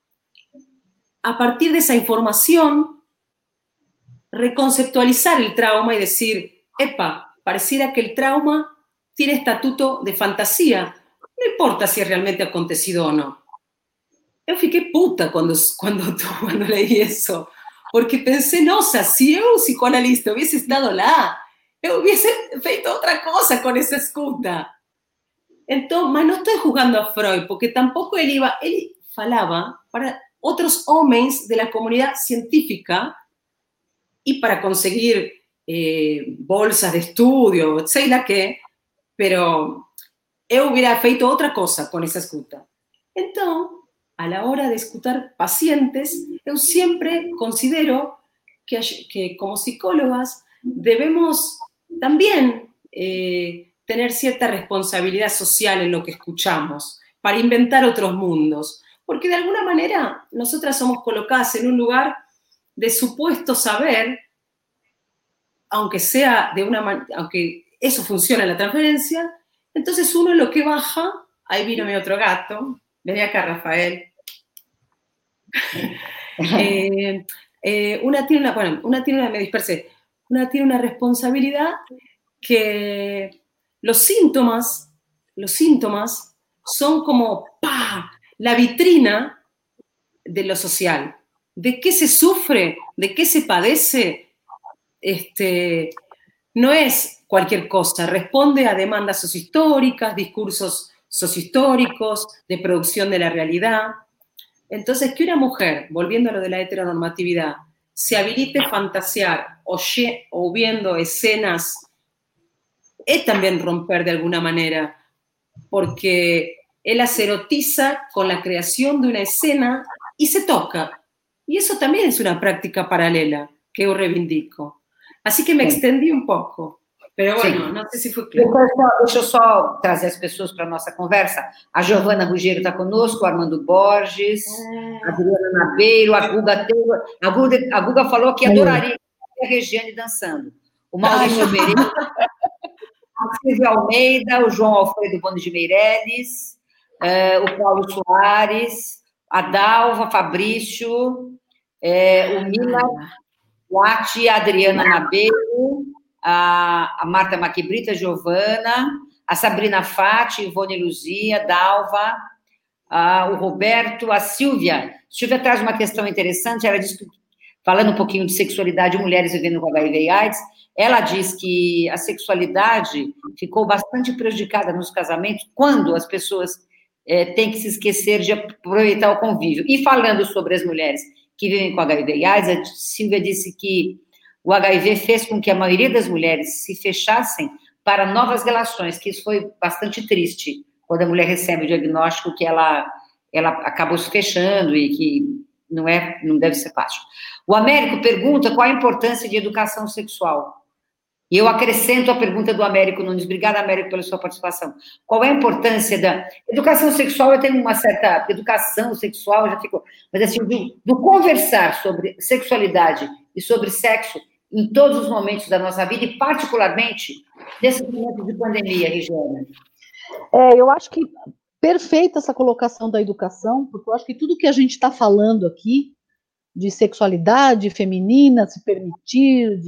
a partir de esa información, reconceptualizar el trauma y decir, epa, pareciera que el trauma tiene estatuto de fantasía, no importa si es realmente acontecido o no. Yo fiquei puta cuando, cuando, cuando leí eso, porque pensé, nossa, si yo, psicoanalista, hubiese estado lá, yo hubiese feito otra cosa con esa escuta. Entonces, mas no estoy jugando a Freud, porque tampoco él iba, él falaba para otros hombres de la comunidad científica y para conseguir eh, bolsas de estudio, sei lá qué, pero yo hubiera feito otra cosa con esa escuta. Entonces, a la hora de escuchar pacientes, yo siempre considero que, que como psicólogas debemos también eh, tener cierta responsabilidad social en lo que escuchamos, para inventar otros mundos, porque de alguna manera nosotras somos colocadas en un lugar de supuesto saber, aunque sea de una manera, aunque eso funciona en la transferencia, entonces uno lo que baja, ahí vino mi otro gato, vení acá, Rafael. eh, eh, una tiene una, bueno, una tiene una, me dispersé, una tiene una responsabilidad que los síntomas, los síntomas son como, ¡pah!, la vitrina de lo social. ¿De qué se sufre? ¿De qué se padece? Este, no es cualquier cosa, responde a demandas sociohistóricas, discursos sociohistóricos, de producción de la realidad. Entonces, que una mujer, volviendo a lo de la heteronormatividad, se habilite a fantasear o, o viendo escenas, es también romper de alguna manera, porque él se erotiza con la creación de una escena y se toca. Y eso también es una práctica paralela que yo reivindico. Así que me Sim. extendi um pouco. Pero, bueno, Sim. não sei se foi claro. Deixa eu só trazer as pessoas para a nossa conversa. A Giovana Ruggiero está conosco, o Armando Borges, a Adriana Nabeiro, a Guga Taylor. A Guga, a Guga falou que adoraria ver a Regiane dançando. O Maurício Pereira, a Silvia Almeida, o João Alfredo Boni de Meirelles, uh, o Paulo Soares, a Dalva, Fabrício, eh, o Mila, o Ati, a Adriana Nabeiro, a, a Marta Maquibrita, a Giovana, a Sabrina Fati, Ivone Luzia, Dalva, a, o Roberto, a Silvia. Silvia traz uma questão interessante, ela diz que, falando um pouquinho de sexualidade e mulheres vivendo com H I V e AIDS, ela diz que a sexualidade ficou bastante prejudicada nos casamentos quando as pessoas é, têm que se esquecer de aproveitar o convívio. E falando sobre as mulheres que vivem com H I V e AIDS, a Silvia disse que o H I V fez com que a maioria das mulheres se fechassem para novas relações, que isso foi bastante triste, quando a mulher recebe o diagnóstico que ela, ela acabou se fechando e que não, é, não deve ser fácil. O Américo pergunta qual a importância de educação sexual. E eu acrescento a pergunta do Américo Nunes. Obrigada, Américo, pela sua participação. Qual é a importância da educação sexual? Eu tenho uma certa educação sexual, já ficou, mas assim, do, do conversar sobre sexualidade e sobre sexo em todos os momentos da nossa vida, e particularmente nesse momento de pandemia, Regiane. É, eu acho que perfeita essa colocação da educação, porque eu acho que tudo que a gente está falando aqui, de sexualidade feminina, se permitir, de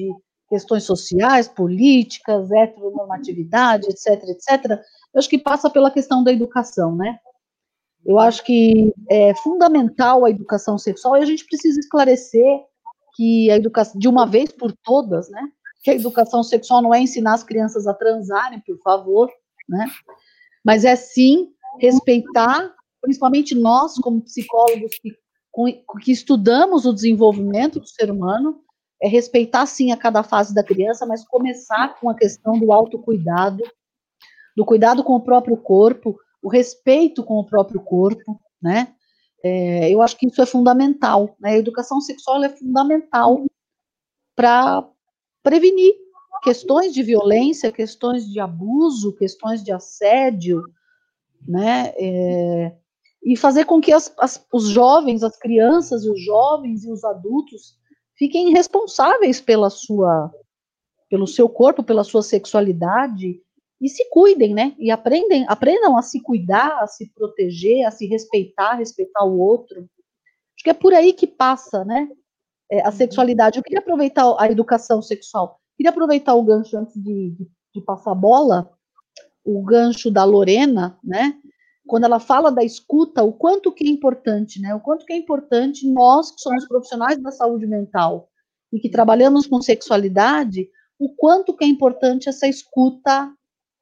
questões sociais, políticas, heteronormatividade, etc, etcétera, eu acho que passa pela questão da educação, né? Eu acho que é fundamental a educação sexual e a gente precisa esclarecer que a educação, de uma vez por todas, né, que a educação sexual não é ensinar as crianças a transarem, por favor, né, mas é sim respeitar, principalmente nós, como psicólogos que, que estudamos o desenvolvimento do ser humano, é respeitar sim a cada fase da criança, mas começar com a questão do autocuidado, do cuidado com o próprio corpo, o respeito com o próprio corpo, né? É, eu acho que isso é fundamental, né? A educação sexual é fundamental para prevenir questões de violência, questões de abuso, questões de assédio, né? É, e fazer com que as, as, os jovens, as crianças, os jovens e os adultos fiquem responsáveis pela sua, pelo seu corpo, pela sua sexualidade, e se cuidem, né? E aprendem, aprendam a se cuidar, a se proteger, a se respeitar, respeitar o outro. Acho que é por aí que passa, né? É, a sexualidade. Eu queria aproveitar a educação sexual. Queria aproveitar o gancho antes de, de, de passar a bola, o gancho da Lorena, né? Quando ela fala da escuta, o quanto que é importante, né? O quanto que é importante nós que somos profissionais da saúde mental e que trabalhamos com sexualidade, o quanto que é importante essa escuta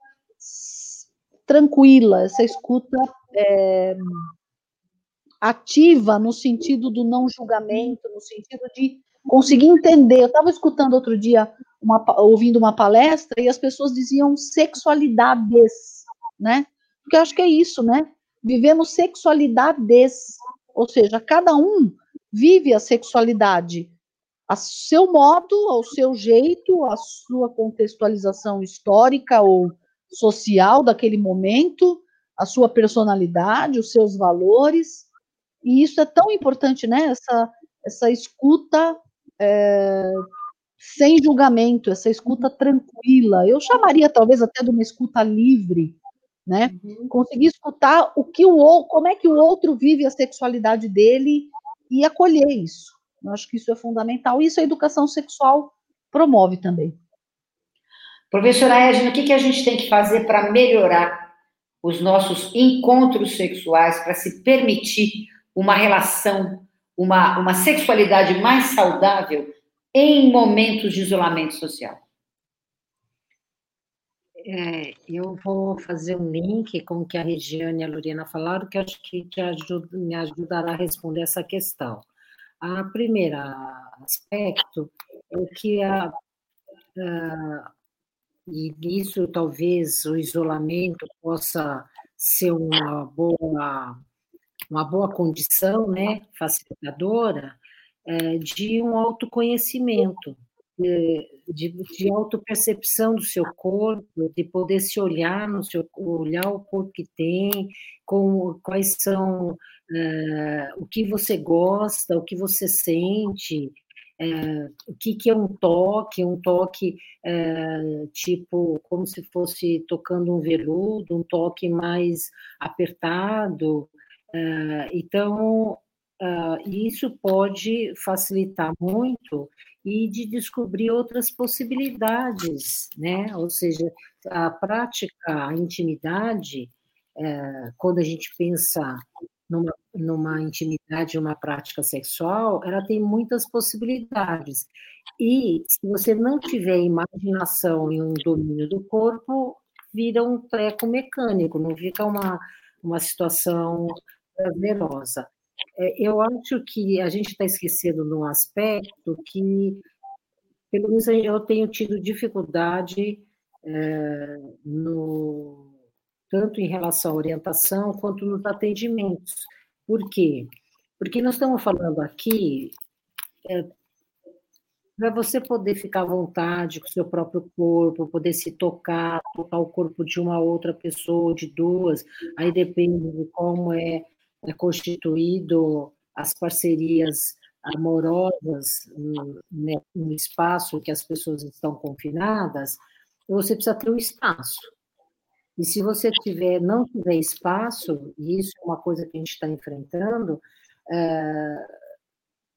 tranquila, essa escuta é, ativa no sentido do não julgamento, no sentido de conseguir entender. Eu estava escutando outro dia, uma, ouvindo uma palestra, e as pessoas diziam sexualidades, né? Porque eu acho que é isso, né? Vivemos sexualidades, ou seja, cada um vive a sexualidade a seu modo, ao seu jeito, a sua contextualização histórica ou social daquele momento, a sua personalidade, os seus valores, e isso é tão importante, né? Essa, essa escuta é, sem julgamento, essa escuta tranquila. Eu chamaria talvez até de uma escuta livre, né? Uhum. Conseguir escutar o que o como é que o outro vive a sexualidade dele e acolher isso. Eu acho que isso é fundamental. Isso a educação sexual promove também. Professora Edna, o que, que a gente tem que fazer para melhorar os nossos encontros sexuais, para se permitir uma relação, uma, uma sexualidade mais saudável em momentos de isolamento social? É, eu vou fazer um link com o que a Regiane e a Lorena falaram, que acho que, que ajuda, me ajudará a responder essa questão. A primeira aspecto é que a, a, e isso talvez o isolamento possa ser uma boa, uma boa condição, né, facilitadora, é, de um autoconhecimento, de, de, de autopercepção do seu corpo, de poder se olhar, no seu, olhar o corpo que tem, com, quais são, uh, o que você gosta, o que você sente, uh, o que, que é um toque, um toque uh, tipo, como se fosse tocando um veludo, um toque mais apertado. Uh, então, Uh, isso pode facilitar muito e de descobrir outras possibilidades, né? Ou seja, a prática, a intimidade, uh, quando a gente pensa numa, numa intimidade, uma prática sexual, ela tem muitas possibilidades. E se você não tiver imaginação e um domínio do corpo, vira um treco mecânico, não fica uma, uma situação prazerosa. Eu acho que a gente está esquecendo num aspecto que, pelo menos, eu tenho tido dificuldade é, no, tanto em relação à orientação quanto nos atendimentos. Por quê? Porque nós estamos falando aqui é, para você poder ficar à vontade com o seu próprio corpo, poder se tocar, tocar o corpo de uma outra pessoa, de duas, aí depende de como é é constituído as parcerias amorosas né, no espaço que as pessoas estão confinadas, você precisa ter um espaço. E se você tiver, não tiver espaço, e isso é uma coisa que a gente está enfrentando, é,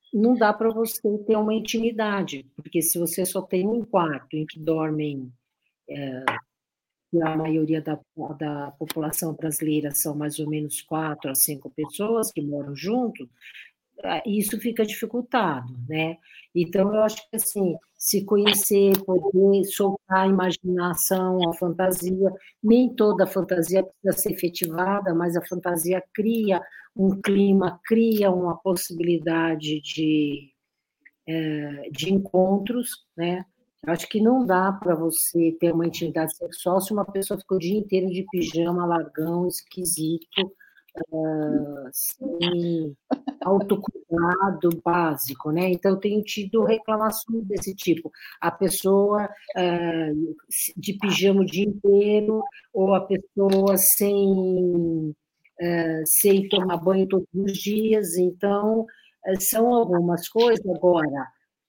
não dá para você ter uma intimidade, porque se você só tem um quarto em que dormem, é, a maioria da, da população brasileira são mais ou menos quatro a cinco pessoas que moram junto, isso fica dificultado, né? Então, eu acho que, assim, se conhecer, poder soltar a imaginação, a fantasia, nem toda fantasia precisa ser efetivada, mas a fantasia cria um clima, cria uma possibilidade de, é, de encontros, né? Eu acho que não dá para você ter uma intimidade sexual se uma pessoa fica o dia inteiro de pijama, largão, esquisito, uh, sem autocuidado básico, né? Então, eu tenho tido reclamações desse tipo. A pessoa uh, de pijama o dia inteiro, ou a pessoa sem, uh, sem tomar banho todos os dias. Então, uh, são algumas coisas. Agora,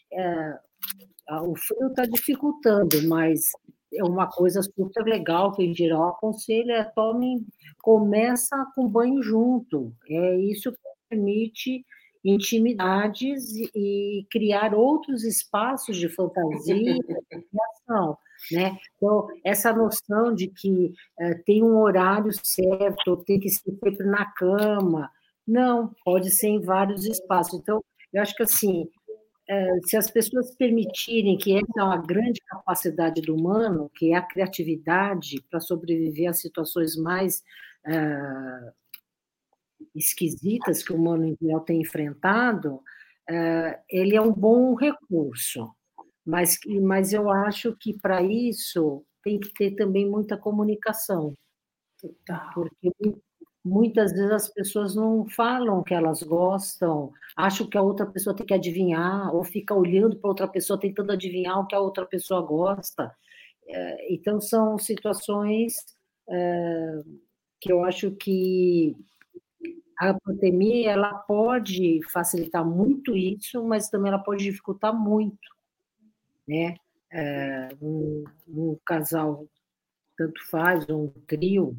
uh, o frio está dificultando, mas é uma coisa super legal que, em geral, aconselho é tomem, começa com banho junto. É isso que permite intimidades e, e criar outros espaços de fantasia e criação, né? Então, essa noção de que uh, tem um horário certo, tem que ser sempre na cama, não, pode ser em vários espaços. Então, eu acho que, assim, se as pessoas permitirem que essa é uma grande capacidade do humano, que é a criatividade para sobreviver a situações mais uh, esquisitas que o humano em geral tem enfrentado, uh, ele é um bom recurso. Mas, mas eu acho que, para isso, tem que ter também muita comunicação. Porque muitas vezes as pessoas não falam que elas gostam, acham que a outra pessoa tem que adivinhar, ou fica olhando para outra pessoa tentando adivinhar o que a outra pessoa gosta. Então, são situações é, que eu acho que a pandemia ela pode facilitar muito isso, mas também ela pode dificultar muito, né? É, um, um casal, tanto faz, um trio,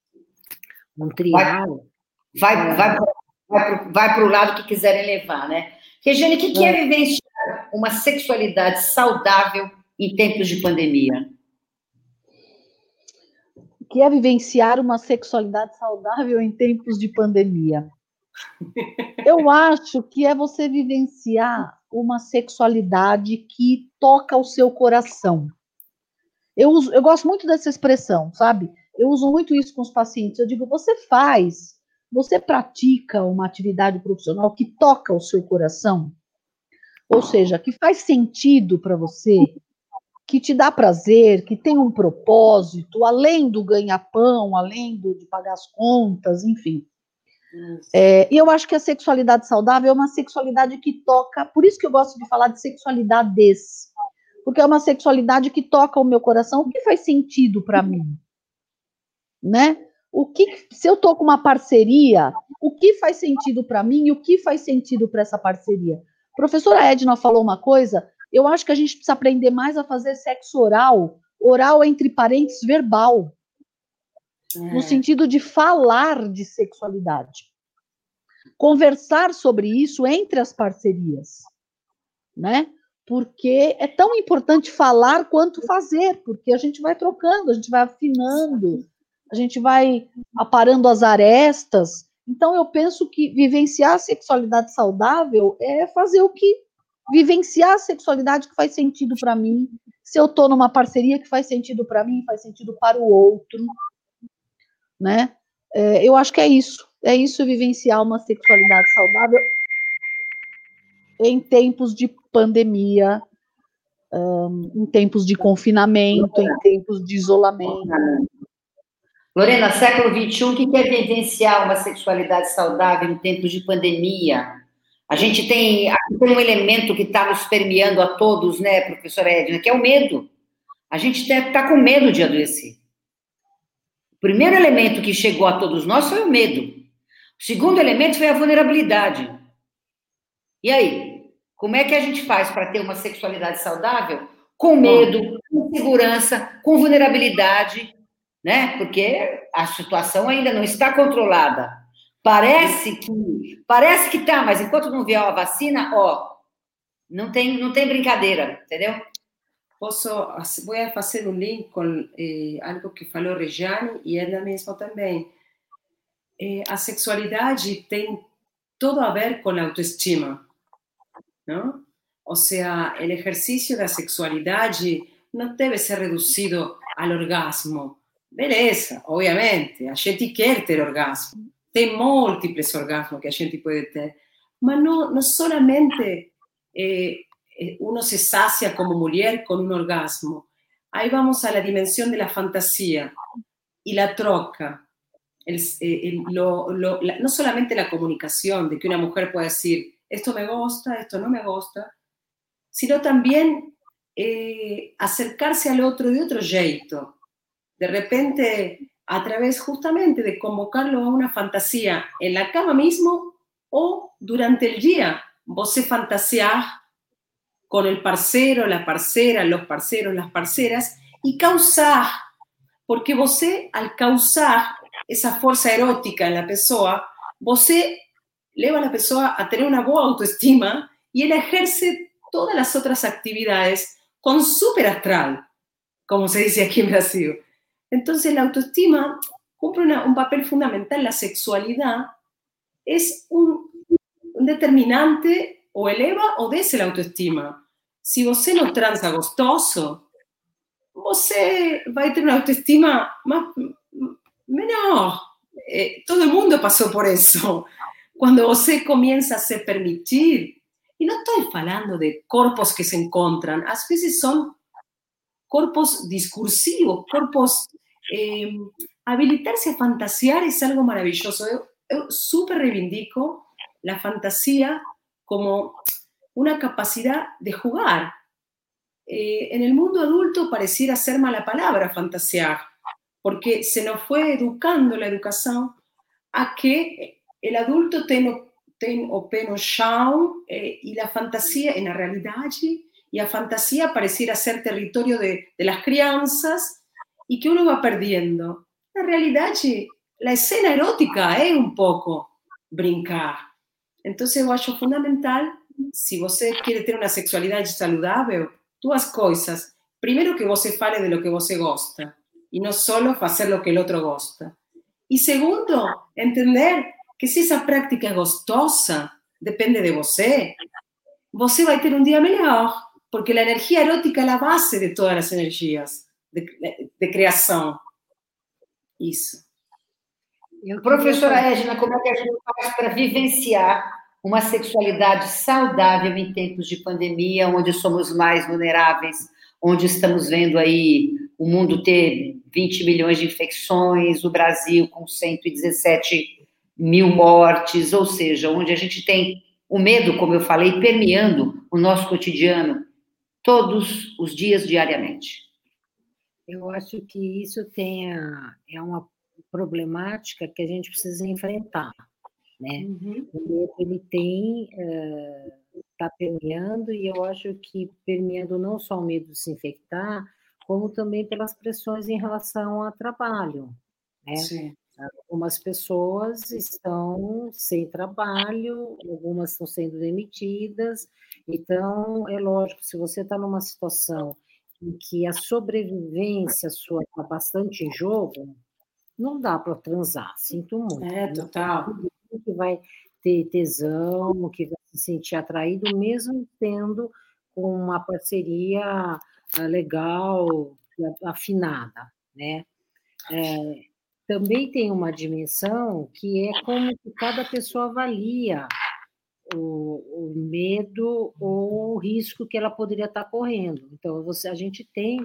um trial. Vai, vai, vai, vai, vai para o lado que quiserem levar, né? Regiane, o que, que é vivenciar uma sexualidade saudável em tempos de pandemia? O que é vivenciar uma sexualidade saudável em tempos de pandemia? Eu acho que é você vivenciar uma sexualidade que toca o seu coração. Eu, uso, eu gosto muito dessa expressão, sabe? Eu uso muito isso com os pacientes. Eu digo, você faz, você pratica uma atividade profissional que toca o seu coração? Ou seja, que faz sentido para você, que te dá prazer, que tem um propósito, além do ganha-pão, além do, de pagar as contas, enfim. É, e eu acho que a sexualidade saudável é uma sexualidade que toca, por isso que eu gosto de falar de sexualidades, porque é uma sexualidade que toca o meu coração, o que faz sentido para mim, né? O que, se eu tô com uma parceria, o que faz sentido para mim e o que faz sentido para essa parceria? A professora Edna falou uma coisa, eu acho que a gente precisa aprender mais a fazer sexo oral, oral entre parênteses verbal, é. no sentido de falar de sexualidade. Conversar sobre isso entre as parcerias, né? Porque é tão importante falar quanto fazer, porque a gente vai trocando, a gente vai afinando, a gente vai aparando as arestas. Então, eu penso que vivenciar a sexualidade saudável é fazer o que... Vivenciar a sexualidade que faz sentido para mim. Se eu estou numa parceria que faz sentido para mim, faz sentido para o outro, né? É, eu acho que é isso. É isso, vivenciar uma sexualidade saudável em tempos de pandemia, um, em tempos de confinamento, em tempos de isolamento. Lorena, século vinte e um, o que é vivenciar uma sexualidade saudável em tempos de pandemia? A gente tem, tem um elemento que está nos permeando a todos, né, professora Edna, que é o medo. A gente está com medo de adoecer. O primeiro elemento que chegou a todos nós foi o medo. O segundo elemento foi a vulnerabilidade. E aí? Como é que a gente faz para ter uma sexualidade saudável? Com medo, com segurança, com vulnerabilidade, né? Porque a situação ainda não está controlada. Parece que parece que tá, mas enquanto não vier a vacina, ó, não tem, não tem brincadeira, entendeu? Posso, vou fazer um link com eh, algo que falou Regiane e ela mesma também. Eh, a sexualidade tem todo a ver com a autoestima, não? Ou seja, o exercício da sexualidade não deve ser reduzido ao orgasmo. Beleza, obviamente, a gente quer ter orgasmo. Tem múltiplos orgasmos que a gente pode ter, mas não, não solamente eh, uno se sacia como mulher con un orgasmo. Ahí vamos a la dimensión de la fantasía y la troca. El, el, lo, lo, la, no solamente la comunicación, de que una mujer pueda decir, esto me gusta, esto no me gusta, sino también eh, acercarse al otro de otro jeito. De repente, a través justamente de convocarlo a una fantasía en la cama mismo o durante el día. Vos se fantaseás con el parcero, la parcera, los parceros, las parceras, y causar, porque você, al causar esa fuerza erótica en la pessoa, você leva a la pessoa a tener una boa autoestima y él ejerce todas las otras actividades con súper astral, como se dice aquí en Brasil. Entonces la autoestima cumple una, un papel fundamental. La sexualidad es un, un determinante o eleva ou desce a autoestima. Se você não transa gostoso, você vai ter uma autoestima mais, menor. Eh, todo mundo passou por isso. Quando você começa a se permitir, e não estou falando de corpos que se encontram, às vezes são corpos discursivos, corpos... Eh, habilitarse a fantasear es algo maravilloso. Eu, eu super reivindico la fantasía como una capacidad de jugar. Eh, en el mundo adulto pareciera ser mala palabra fantasear, porque se nos fue educando la educación a que el adulto tenga ten o pé no chão eh, y la fantasía en la realidad, y la fantasía pareciera ser territorio de, de las crianzas y que uno va perdiendo. Na realidade, a escena erótica é um pouco brincar. Então, eu acho fundamental, se você quer ter uma sexualidade saudável, duas coisas. Primeiro, que você fale de lo que você gosta, e não só fazer o que o outro gosta. E segundo, entender que se essa prática é gostosa, depende de você, você vai ter um dia melhor, porque a energia erótica é a base de todas as energias de, de, de criação. Isso. Eu Professora Regina, como é que a gente faz para vivenciar uma sexualidade saudável em tempos de pandemia, onde somos mais vulneráveis, onde estamos vendo aí o mundo ter vinte milhões de infecções, o Brasil com cento e dezessete mil mortes, ou seja, onde a gente tem o medo, como eu falei, permeando o nosso cotidiano todos os dias, diariamente. Eu acho que isso tem a, é uma problemática que a gente precisa enfrentar, né? Uhum. O medo, ele tem, está uh, permeando, e eu acho que permeando não só o medo de se infectar, como também pelas pressões em relação ao trabalho, né? Sim. Algumas pessoas estão sem trabalho, algumas estão sendo demitidas, então, é lógico, se você está numa situação em que a sobrevivência sua está bastante em jogo, não dá para transar, sinto muito. É, total. Que vai ter tesão, que vai se sentir atraído, mesmo tendo uma parceria legal, afinada, né? É, também tem uma dimensão que é como que cada pessoa avalia o, o medo ou o risco que ela poderia estar correndo. Então, você, a gente tem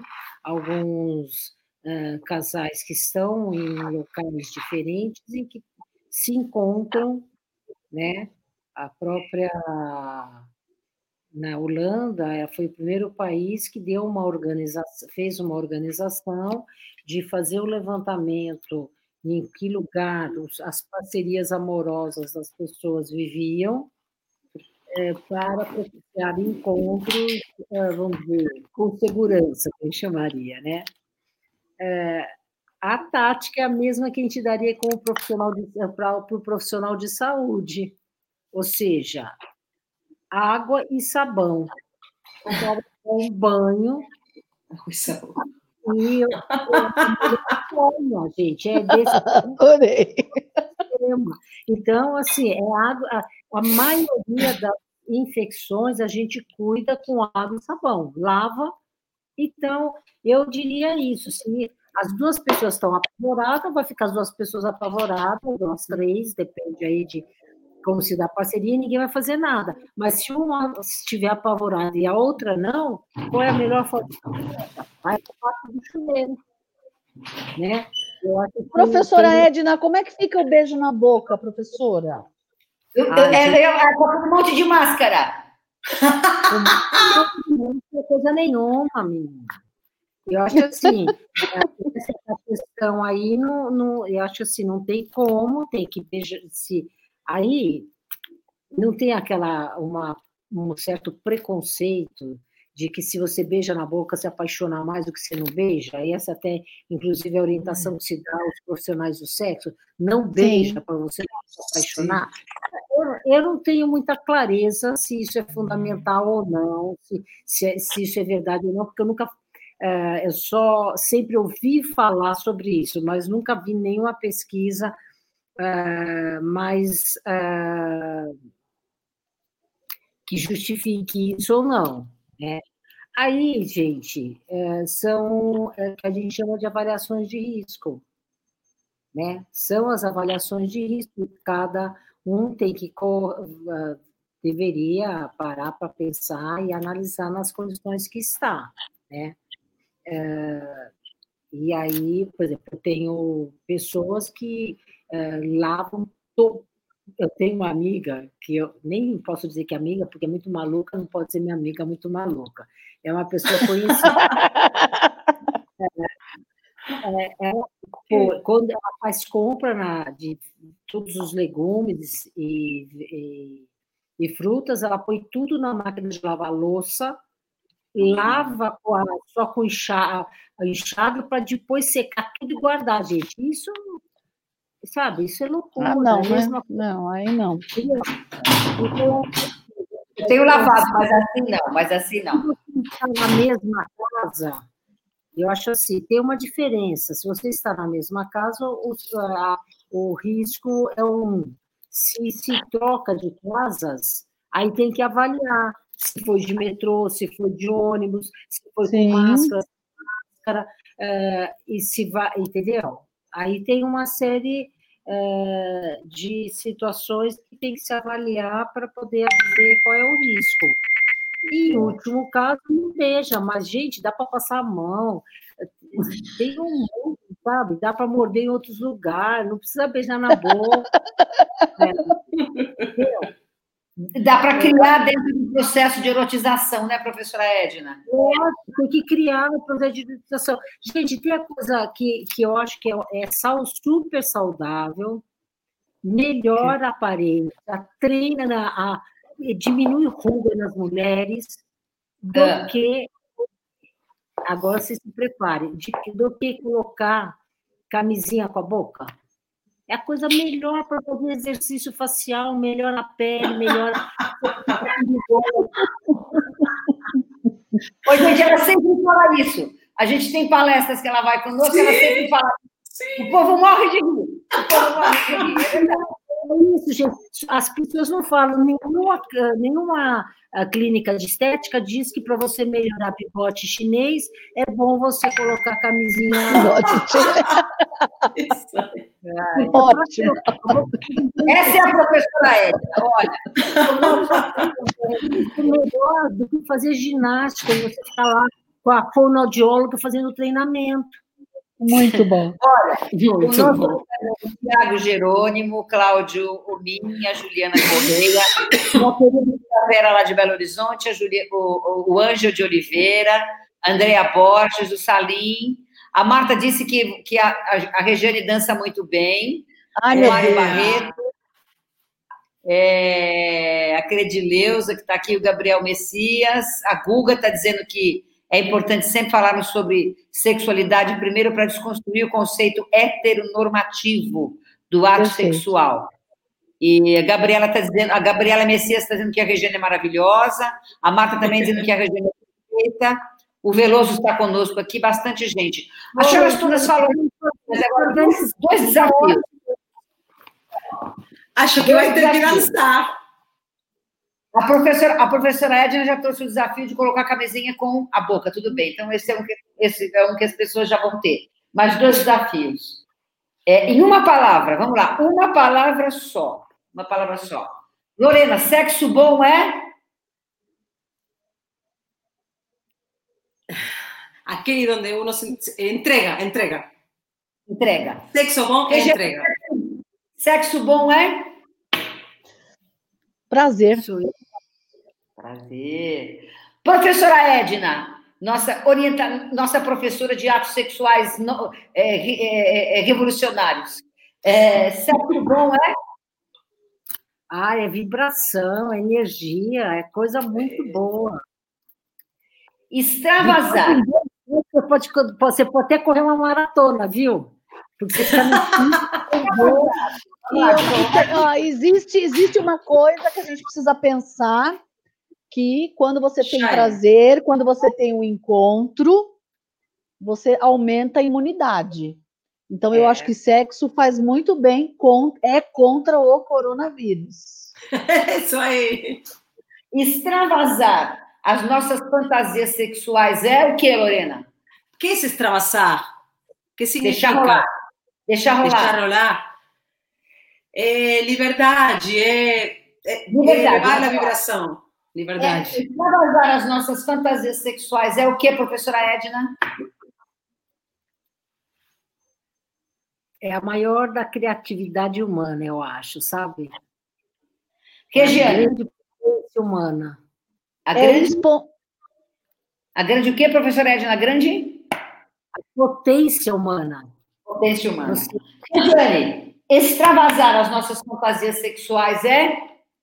alguns uh, casais que estão em locais diferentes em que se encontram, né? A própria... Na Holanda, foi o primeiro país que deu uma organização, fez uma organização de fazer o levantamento em que lugar as parcerias amorosas das pessoas viviam, é, para propiciar encontros, vamos dizer, com segurança, que eu chamaria, né? É, A tática é a mesma que a gente daria como profissional para o pro profissional de saúde, ou seja, água e sabão. Um banho e eu, eu, gente, é desse Adorei. tema. Então, assim, é água, a, a maioria das infecções a gente cuida com água e sabão, lava. Então, eu diria isso, se as duas pessoas estão apavoradas, vai ficar as duas pessoas apavoradas, duas, três, depende aí de como se dá parceria, ninguém vai fazer nada. Mas se uma estiver apavorada e a outra não, qual é a melhor forma? Vai para o chuveiro, né? Eu acho que Professora tem... Edna, como é que fica o beijo na boca, professora? Eu, eu, é, eu, eu, um monte de máscara. Não tem coisa nenhuma, menina. Eu acho assim, essa questão aí, não, não, eu acho assim, não tem como, tem que beijar, se aí não tem aquela, uma, um certo preconceito de que se você beija na boca, se apaixona mais do que se não beija, e essa até, inclusive, a orientação que se dá aos profissionais do sexo, não beija para você não se apaixonar. Eu, eu não tenho muita clareza se isso é fundamental ou não, se, se, se isso é verdade ou não, porque eu nunca... Uh, eu só sempre ouvi falar sobre isso, mas nunca vi nenhuma pesquisa uh, mais uh, que justifique isso ou não. Né? Aí, gente, uh, são o que a gente chama de avaliações de risco. Né? São as avaliações de risco, cada um tem que uh, deveria parar para pensar e analisar nas condições que está. Né? Uh, e aí, por exemplo, eu tenho pessoas que uh, lavam todo. Eu tenho uma amiga que eu nem posso dizer que é amiga, porque é muito maluca, não pode ser minha amiga muito maluca. É uma pessoa conhecida. é, ela, pô, quando ela faz compra na, de todos os legumes e, e, e frutas, ela põe tudo na máquina de lavar louça, lava com a, só com enxágue, enxágue para depois secar tudo e guardar, gente. Isso, sabe, isso é loucura. Ah, não, é mesmo... né? Não, aí não. Então, eu tenho lavado, mas assim não, mas assim não. Se você está na mesma casa, eu acho assim, tem uma diferença. Se você está na mesma casa, o, a, o risco é um. Se se troca de casas, aí tem que avaliar. Se foi de metrô, se foi de ônibus, se foi Sim. com máscara, máscara uh, e se vai, entendeu? Aí tem uma série uh, de situações que tem que se avaliar para poder dizer qual é o risco. E, em último caso, não beija, mas, gente, dá para passar a mão, tem um mundo, sabe? Dá para morder em outros lugares, não precisa beijar na boca. É, entendeu? Dá para criar dentro do processo de erotização, né, professora Edna? É, tem que criar no processo de erotização. Gente, tem a coisa que, que eu acho que é, é super saudável, melhora a aparência, treina, na, a, diminui ruga nas mulheres, do é. que... Agora vocês se preparem, de, do que colocar camisinha com a boca. É a coisa melhor para fazer exercício facial, melhora a pele, melhora... Oi, gente, ela sempre fala isso. A gente tem palestras que ela vai conosco, sim, ela sempre fala isso. O povo morre de rir. O povo morre de rir. É verdade. É isso, gente. As pessoas não falam, nenhuma, nenhuma clínica de estética diz que para você melhorar picote chinês é bom você colocar camisinha. Isso. Ai, ótimo. Essa é a professora Edna, olha. É melhor do que fazer ginástica e você ficar lá com a fonoaudióloga fazendo treinamento. Muito bom. Olha, Muito o bom. Tiago Jerônimo, Cláudio Ominha, Juliana Correia, a querida Vera lá de Belo Horizonte, a Julia, o, o Ângelo de Oliveira, a Andrea Borges, o Salim. A Marta disse que, que a, a Regiane dança muito bem. Ai, o Mário Barreto. É, a Credileuza, que está aqui, o Gabriel Messias. A Guga está dizendo que É importante sempre falarmos sobre sexualidade, primeiro para desconstruir o conceito heteronormativo do ato Perfeito. sexual. E a Gabriela está dizendo, a Gabriela Messias está dizendo que a Regina é maravilhosa, a Marta também dizendo que a Regina é perfeita, o Veloso está conosco aqui, bastante gente. As senhoras todas falam, mas agora dois, dois desafios. Acho que vai ter que dançar. A professora, a professora Edna já trouxe o desafio de colocar a camisinha com a boca, tudo bem. Então, esse é um que, esse é um que as pessoas já vão ter. Mas dois desafios. É, em uma palavra, vamos lá, uma palavra só. Uma palavra só. Lorena, sexo bom é? Aquele onde uno se entrega, entrega. Entrega. Sexo bom é entrega. Sexo bom é? Prazer. Prazer. Professora Edna, nossa, orienta, nossa professora de atos sexuais no, é, é, é, revolucionários. É, sexo bom é? Ah, é vibração, é energia, é coisa muito boa. Extravasar. Você pode, você pode até correr uma maratona, viu? Porque você está no... E eu, ó, existe, existe uma coisa que a gente precisa pensar, que quando você tem prazer, quando você tem um encontro, você aumenta a imunidade. Então, eu é. acho que sexo faz muito bem, com, é contra o coronavírus. Isso aí. Extravasar as nossas fantasias sexuais é o que, Lorena? O que é esse extravasar? O que significa? Deixar rolar. Deixar rolar. Deixar rolar. É liberdade, é, é, liberdade, é elevar a vibração. Liberdade. É, extravasar as nossas fantasias sexuais é o que, professora Edna? É a maior da criatividade humana, eu acho, sabe? Regiane. A grande potência humana. A grande... É a grande o quê, professora Edna? A grande... A potência humana. Potência humana. Regiane, extravasar as nossas fantasias sexuais é?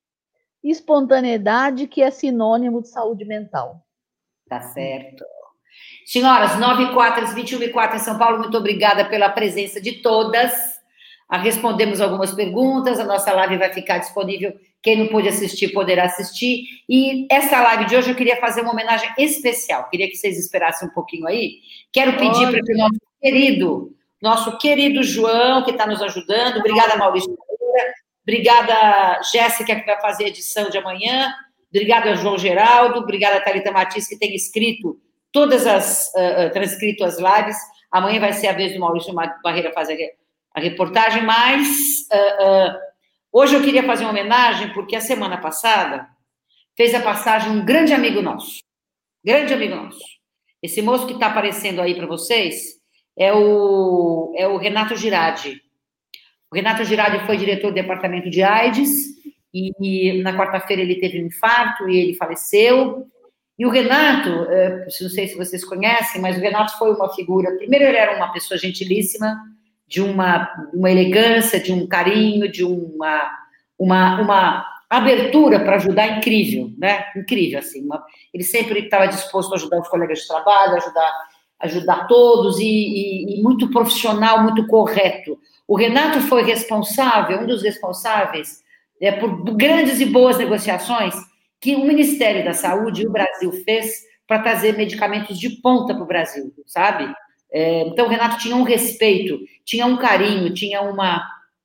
Espontaneidade, que é sinônimo de saúde mental. Tá certo. Senhoras, nove e quatro, às vinte e uma e quatro em São Paulo, muito obrigada pela presença de todas. Respondemos algumas perguntas, a nossa live vai ficar disponível, quem não pôde assistir poderá assistir. E essa live de hoje eu queria fazer uma homenagem especial, queria que vocês esperassem um pouquinho aí. Quero pedir para que o nosso querido, nosso querido João, que está nos ajudando, obrigada, Maurício, obrigada, Jéssica, que vai fazer a edição de amanhã, obrigada, João Geraldo, obrigada, Thalita Matias, que tem escrito todas as, uh, transcrito as lives. Amanhã vai ser a vez do Maurício Barreira fazer a reportagem, mas uh, uh, hoje eu queria fazer uma homenagem, porque a semana passada fez a passagem um grande amigo nosso, grande amigo nosso. Esse moço que está aparecendo aí para vocês é o, é o Renato Girardi. O Renato Girardi foi diretor do departamento de AIDS, e, e na quarta-feira ele teve um infarto e ele faleceu. E o Renato, não sei se vocês conhecem, mas o Renato foi uma figura... Primeiro, ele era uma pessoa gentilíssima, de uma, uma elegância, de um carinho, de uma, uma, uma abertura para ajudar incrível, né? Incrível, assim. Uma, ele sempre estava disposto a ajudar os colegas de trabalho, ajudar, ajudar todos, e, e, e muito profissional, muito correto. O Renato foi responsável, um dos responsáveis, é, por grandes e boas negociações que o Ministério da Saúde e o Brasil fez para trazer medicamentos de ponta para o Brasil, sabe? É, então, o Renato tinha um respeito, tinha um carinho, tinha uma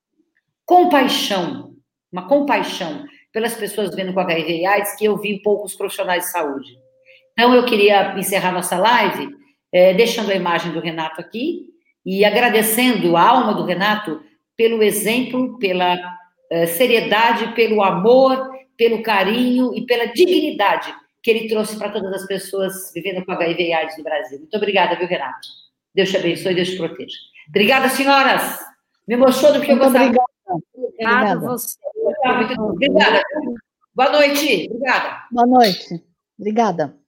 compaixão, uma compaixão pelas pessoas vivendo com H I V e AIDS que eu vi em poucos profissionais de saúde. Então, eu queria encerrar nossa live é, deixando a imagem do Renato aqui e agradecendo a alma do Renato pelo exemplo, pela uh, seriedade, pelo amor, pelo carinho e pela dignidade que ele trouxe para todas as pessoas vivendo com H I V e AIDS no Brasil. Muito obrigada, viu, Renato? Deus te abençoe e Deus te proteja. Obrigada, senhoras. Me emociono porque eu gostava. Obrigada. Obrigada a você. Obrigada. Boa noite. Obrigada. Boa noite. Obrigada.